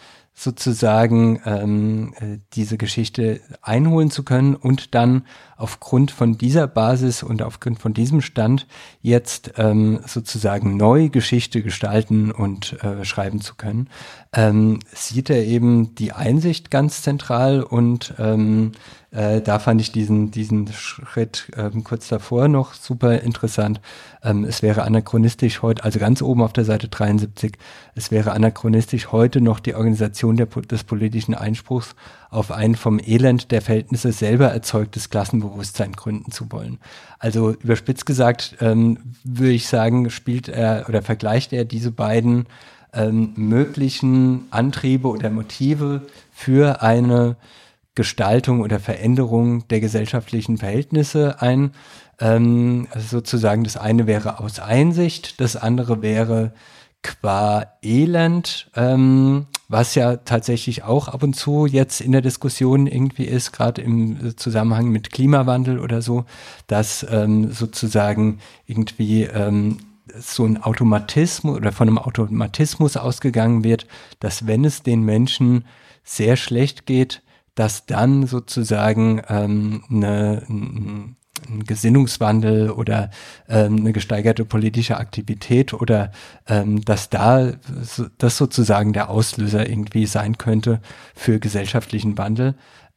sozusagen diese Geschichte einholen zu können und dann aufgrund von dieser Basis und aufgrund von diesem Stand jetzt sozusagen neu Geschichte gestalten und schreiben zu können, sieht er eben die Einsicht ganz zentral, und da fand ich diesen Schritt kurz davor noch super interessant. Es wäre anachronistisch heute, also ganz oben auf der Seite 73, es wäre anachronistisch heute noch die Organisation des politischen Einspruchs auf ein vom Elend der Verhältnisse selber erzeugtes Klassenbewusstsein gründen zu wollen. Also überspitzt gesagt, würde ich sagen, vergleicht er diese beiden möglichen Antriebe oder Motive für eine Gestaltung oder Veränderung der gesellschaftlichen Verhältnisse ein. Also sozusagen das eine wäre aus Einsicht, das andere wäre qua Elend, was ja tatsächlich auch ab und zu jetzt in der Diskussion irgendwie ist, gerade im Zusammenhang mit Klimawandel oder so, dass sozusagen irgendwie so ein Automatismus oder von einem Automatismus ausgegangen wird, dass wenn es den Menschen sehr schlecht geht, dass dann sozusagen ein Gesinnungswandel oder eine gesteigerte politische Aktivität oder dass das sozusagen der Auslöser irgendwie sein könnte für gesellschaftlichen Wandel.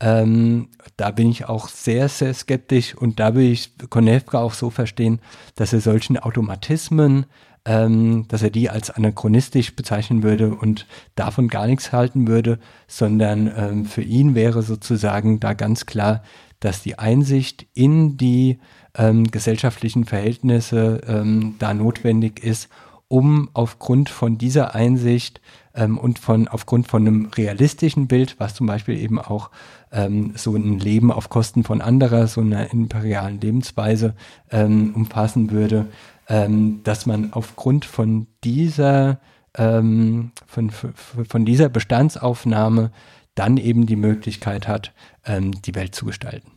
Da bin ich auch sehr, sehr skeptisch, und da will ich Konevka auch so verstehen, dass er solchen Automatismen, dass er die als anachronistisch bezeichnen würde und davon gar nichts halten würde, sondern für ihn wäre sozusagen da ganz klar, dass die Einsicht in die gesellschaftlichen Verhältnisse da notwendig ist, um aufgrund von dieser Einsicht und aufgrund von einem realistischen Bild, was zum Beispiel eben auch so ein Leben auf Kosten von anderer, so einer imperialen Lebensweise umfassen würde, dass man aufgrund von dieser von dieser Bestandsaufnahme dann eben die Möglichkeit hat, die Welt zu gestalten.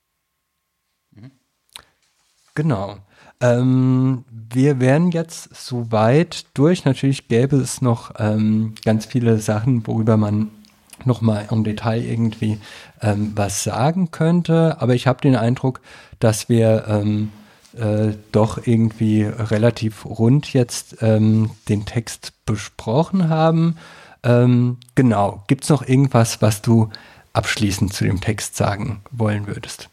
Genau. Wir wären jetzt soweit durch. Natürlich gäbe es noch ganz viele Sachen, worüber man nochmal im Detail irgendwie was sagen könnte. Aber ich habe den Eindruck, dass wir doch irgendwie relativ rund jetzt den Text besprochen haben. Genau. Gibt es noch irgendwas, was du abschließend zu dem Text sagen wollen würdest?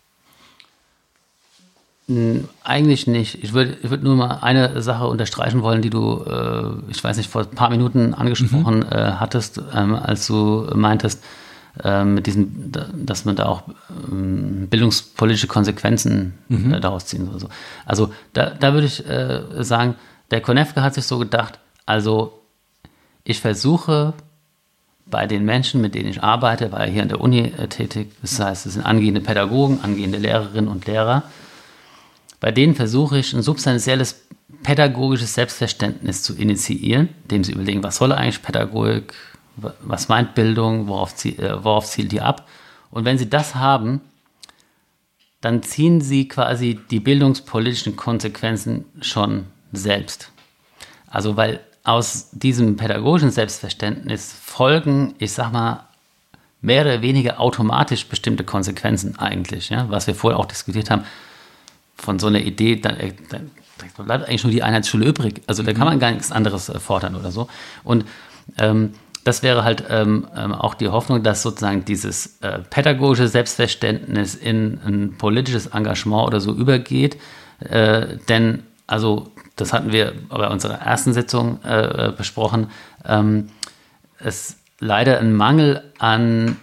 Eigentlich nicht. Ich würd nur mal eine Sache unterstreichen wollen, die du, ich weiß nicht, vor ein paar Minuten angesprochen hattest, als du meintest, mit diesem, dass man da auch bildungspolitische Konsequenzen daraus ziehen soll. Also da würde ich sagen, der Konefke hat sich so gedacht, also ich versuche bei den Menschen, mit denen ich arbeite, war ja hier an der Uni tätig, das heißt, es sind angehende Pädagogen, angehende Lehrerinnen und Lehrer, bei denen versuche ich ein substanzielles pädagogisches Selbstverständnis zu initiieren, indem sie überlegen, was soll eigentlich Pädagogik, was meint Bildung, worauf zielt die ab. Und wenn sie das haben, dann ziehen sie quasi die bildungspolitischen Konsequenzen schon selbst. Also weil aus diesem pädagogischen Selbstverständnis folgen, ich sag mal, mehr oder weniger automatisch bestimmte Konsequenzen eigentlich, ja, was wir vorher auch diskutiert haben. Von so einer Idee, dann bleibt eigentlich nur die Einheitsschule übrig. Also da kann man gar nichts anderes fordern oder so. Und das wäre halt auch die Hoffnung, dass sozusagen dieses pädagogische Selbstverständnis in ein politisches Engagement oder so übergeht. Denn, also das hatten wir bei unserer ersten Sitzung besprochen, es leider ein Mangel an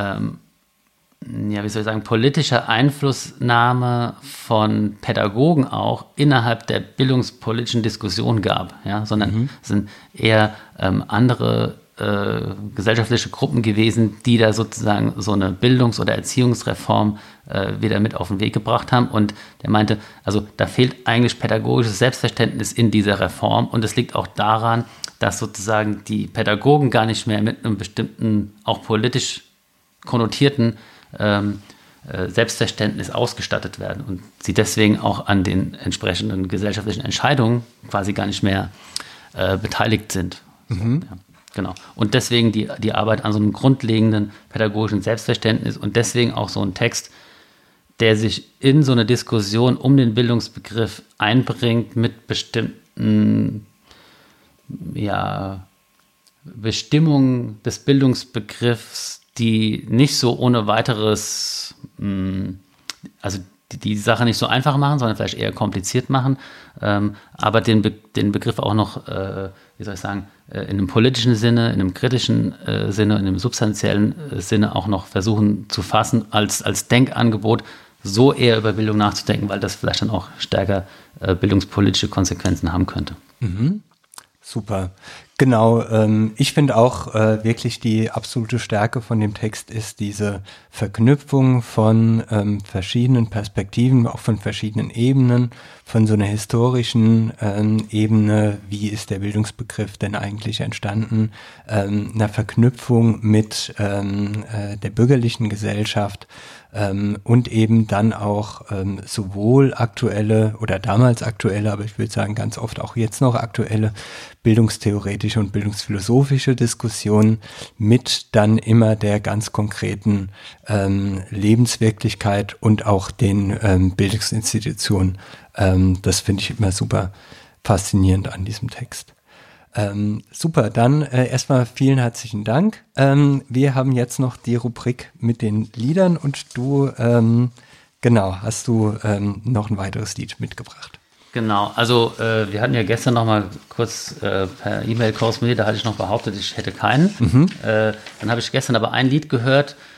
politischer Einflussnahme von Pädagogen auch innerhalb der bildungspolitischen Diskussion gab, ja, sondern es sind eher andere gesellschaftliche Gruppen gewesen, die da sozusagen so eine Bildungs- oder Erziehungsreform wieder mit auf den Weg gebracht haben. Und der meinte, also da fehlt eigentlich pädagogisches Selbstverständnis in dieser Reform. Und es liegt auch daran, dass sozusagen die Pädagogen gar nicht mehr mit einem bestimmten, auch politisch konnotierten Selbstverständnis ausgestattet werden und sie deswegen auch an den entsprechenden gesellschaftlichen Entscheidungen quasi gar nicht mehr beteiligt sind. So, ja, genau. Und deswegen die Arbeit an so einem grundlegenden pädagogischen Selbstverständnis und deswegen auch so ein Text, der sich in so eine Diskussion um den Bildungsbegriff einbringt mit bestimmten Bestimmungen des Bildungsbegriffs, die nicht so ohne weiteres, also die Sache nicht so einfach machen, sondern vielleicht eher kompliziert machen, aber den Begriff auch noch, in einem politischen Sinne, in einem kritischen Sinne, in einem substanziellen Sinne auch noch versuchen zu fassen, als Denkangebot, so eher über Bildung nachzudenken, weil das vielleicht dann auch stärker bildungspolitische Konsequenzen haben könnte. Super. Genau, ich finde auch wirklich die absolute Stärke von dem Text ist diese Verknüpfung von verschiedenen Perspektiven, auch von verschiedenen Ebenen, von so einer historischen Ebene, wie ist der Bildungsbegriff denn eigentlich entstanden, einer Verknüpfung mit der bürgerlichen Gesellschaft und eben dann auch sowohl aktuelle oder damals aktuelle, aber ich würde sagen ganz oft auch jetzt noch aktuelle bildungstheoretische und bildungsphilosophische Diskussionen mit dann immer der ganz konkreten Lebenswirklichkeit und auch den Bildungsinstitutionen. Das finde ich immer super faszinierend an diesem Text. Super, dann erstmal vielen herzlichen Dank. Wir haben jetzt noch die Rubrik mit den Liedern und du, hast du noch ein weiteres Lied mitgebracht. Genau, also wir hatten ja gestern noch mal kurz per E-Mail korrespondiert, da hatte ich noch behauptet, ich hätte keinen. Dann habe ich gestern aber ein Lied gehört,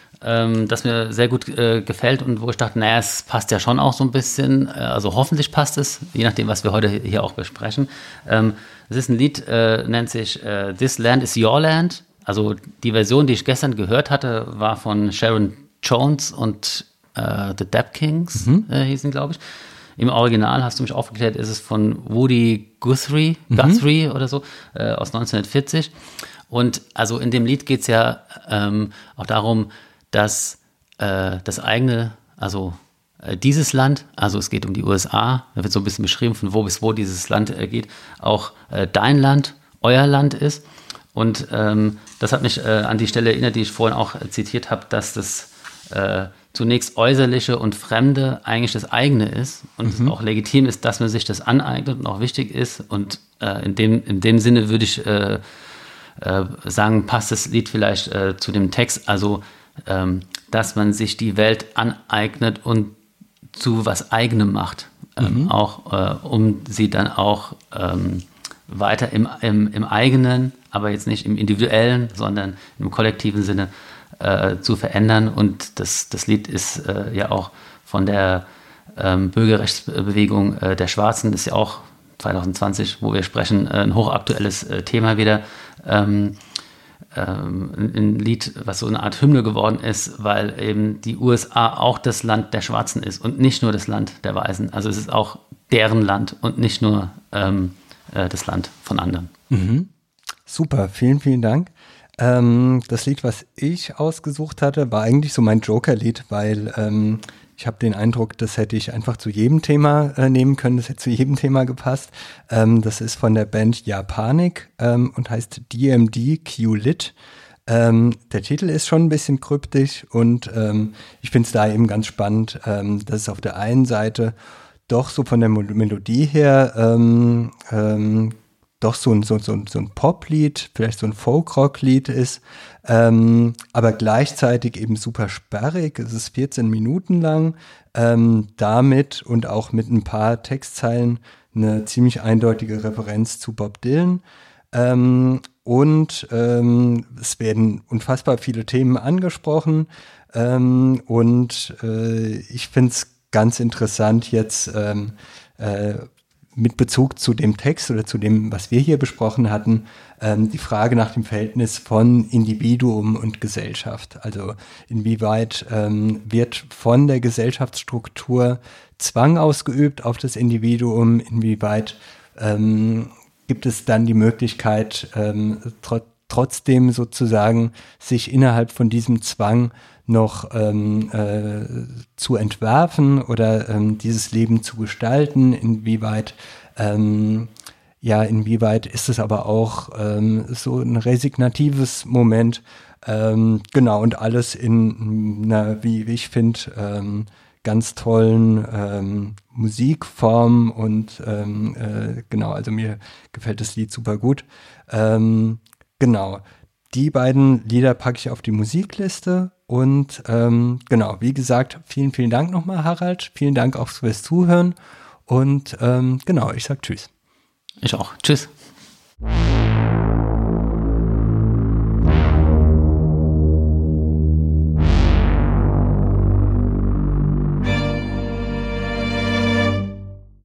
das mir sehr gut gefällt und wo ich dachte, naja, es passt ja schon auch so ein bisschen, also hoffentlich passt es, je nachdem, was wir heute hier auch besprechen. Es ist ein Lied, nennt sich This Land is Your Land. Also die Version, die ich gestern gehört hatte, war von Sharon Jones und The Dap Kings, hießen, glaube ich. Im Original, hast du mich aufgeklärt, ist es von Woody Guthrie oder so, aus 1940. Und also in dem Lied geht es ja auch darum, dass das eigene, also dieses Land, also es geht um die USA, da wird so ein bisschen beschrieben, von wo bis wo dieses Land geht, auch dein Land, euer Land ist. Und das hat mich an die Stelle erinnert, die ich vorhin auch zitiert habe, dass das zunächst Äußerliche und Fremde eigentlich das eigene ist und es auch legitim ist, dass man sich das aneignet und auch wichtig ist. Und in dem Sinne würde ich sagen, passt das Lied vielleicht zu dem Text, also dass man sich die Welt aneignet und zu was Eigenem macht, auch um sie dann auch weiter im eigenen, aber jetzt nicht im individuellen, sondern im kollektiven Sinne zu verändern. Und das Lied ist ja auch von der Bürgerrechtsbewegung der Schwarzen, ist ja auch 2020, wo wir sprechen, ein hochaktuelles Thema wieder. Ein Lied, was so eine Art Hymne geworden ist, weil eben die USA auch das Land der Schwarzen ist und nicht nur das Land der Weißen. Also es ist auch deren Land und nicht nur das Land von anderen. Super, vielen, vielen Dank. Das Lied, was ich ausgesucht hatte, war eigentlich so mein Joker-Lied, weil ich habe den Eindruck, das hätte ich einfach zu jedem Thema nehmen können, das hätte zu jedem Thema gepasst. Das ist von der Band Japanik und heißt DMD Q-Lit. Der Titel ist schon ein bisschen kryptisch und ich finde es da eben ganz spannend, dass es auf der einen Seite doch so von der Melodie her doch so ein Poplied, vielleicht so ein Folk-Rock-Lied ist, aber gleichzeitig eben super sperrig. Es ist 14 Minuten lang, damit und auch mit ein paar Textzeilen eine ziemlich eindeutige Referenz zu Bob Dylan. Und es werden unfassbar viele Themen angesprochen und ich finde es ganz interessant jetzt mit Bezug zu dem Text oder zu dem, was wir hier besprochen hatten, die Frage nach dem Verhältnis von Individuum und Gesellschaft. Also inwieweit wird von der Gesellschaftsstruktur Zwang ausgeübt auf das Individuum, inwieweit gibt es dann die Möglichkeit, trotzdem sozusagen sich innerhalb von diesem Zwang noch zu entwerfen oder dieses Leben zu gestalten, inwieweit ist es aber auch so ein resignatives Moment, genau, und alles in einer, wie ich finde, ganz tollen Musikform und genau, also mir gefällt das Lied super gut. Genau, die beiden Lieder packe ich auf die Musikliste und genau, wie gesagt, vielen, vielen Dank nochmal, Harald. Vielen Dank auch fürs Zuhören und genau, ich sag Tschüss. Ich auch. Tschüss.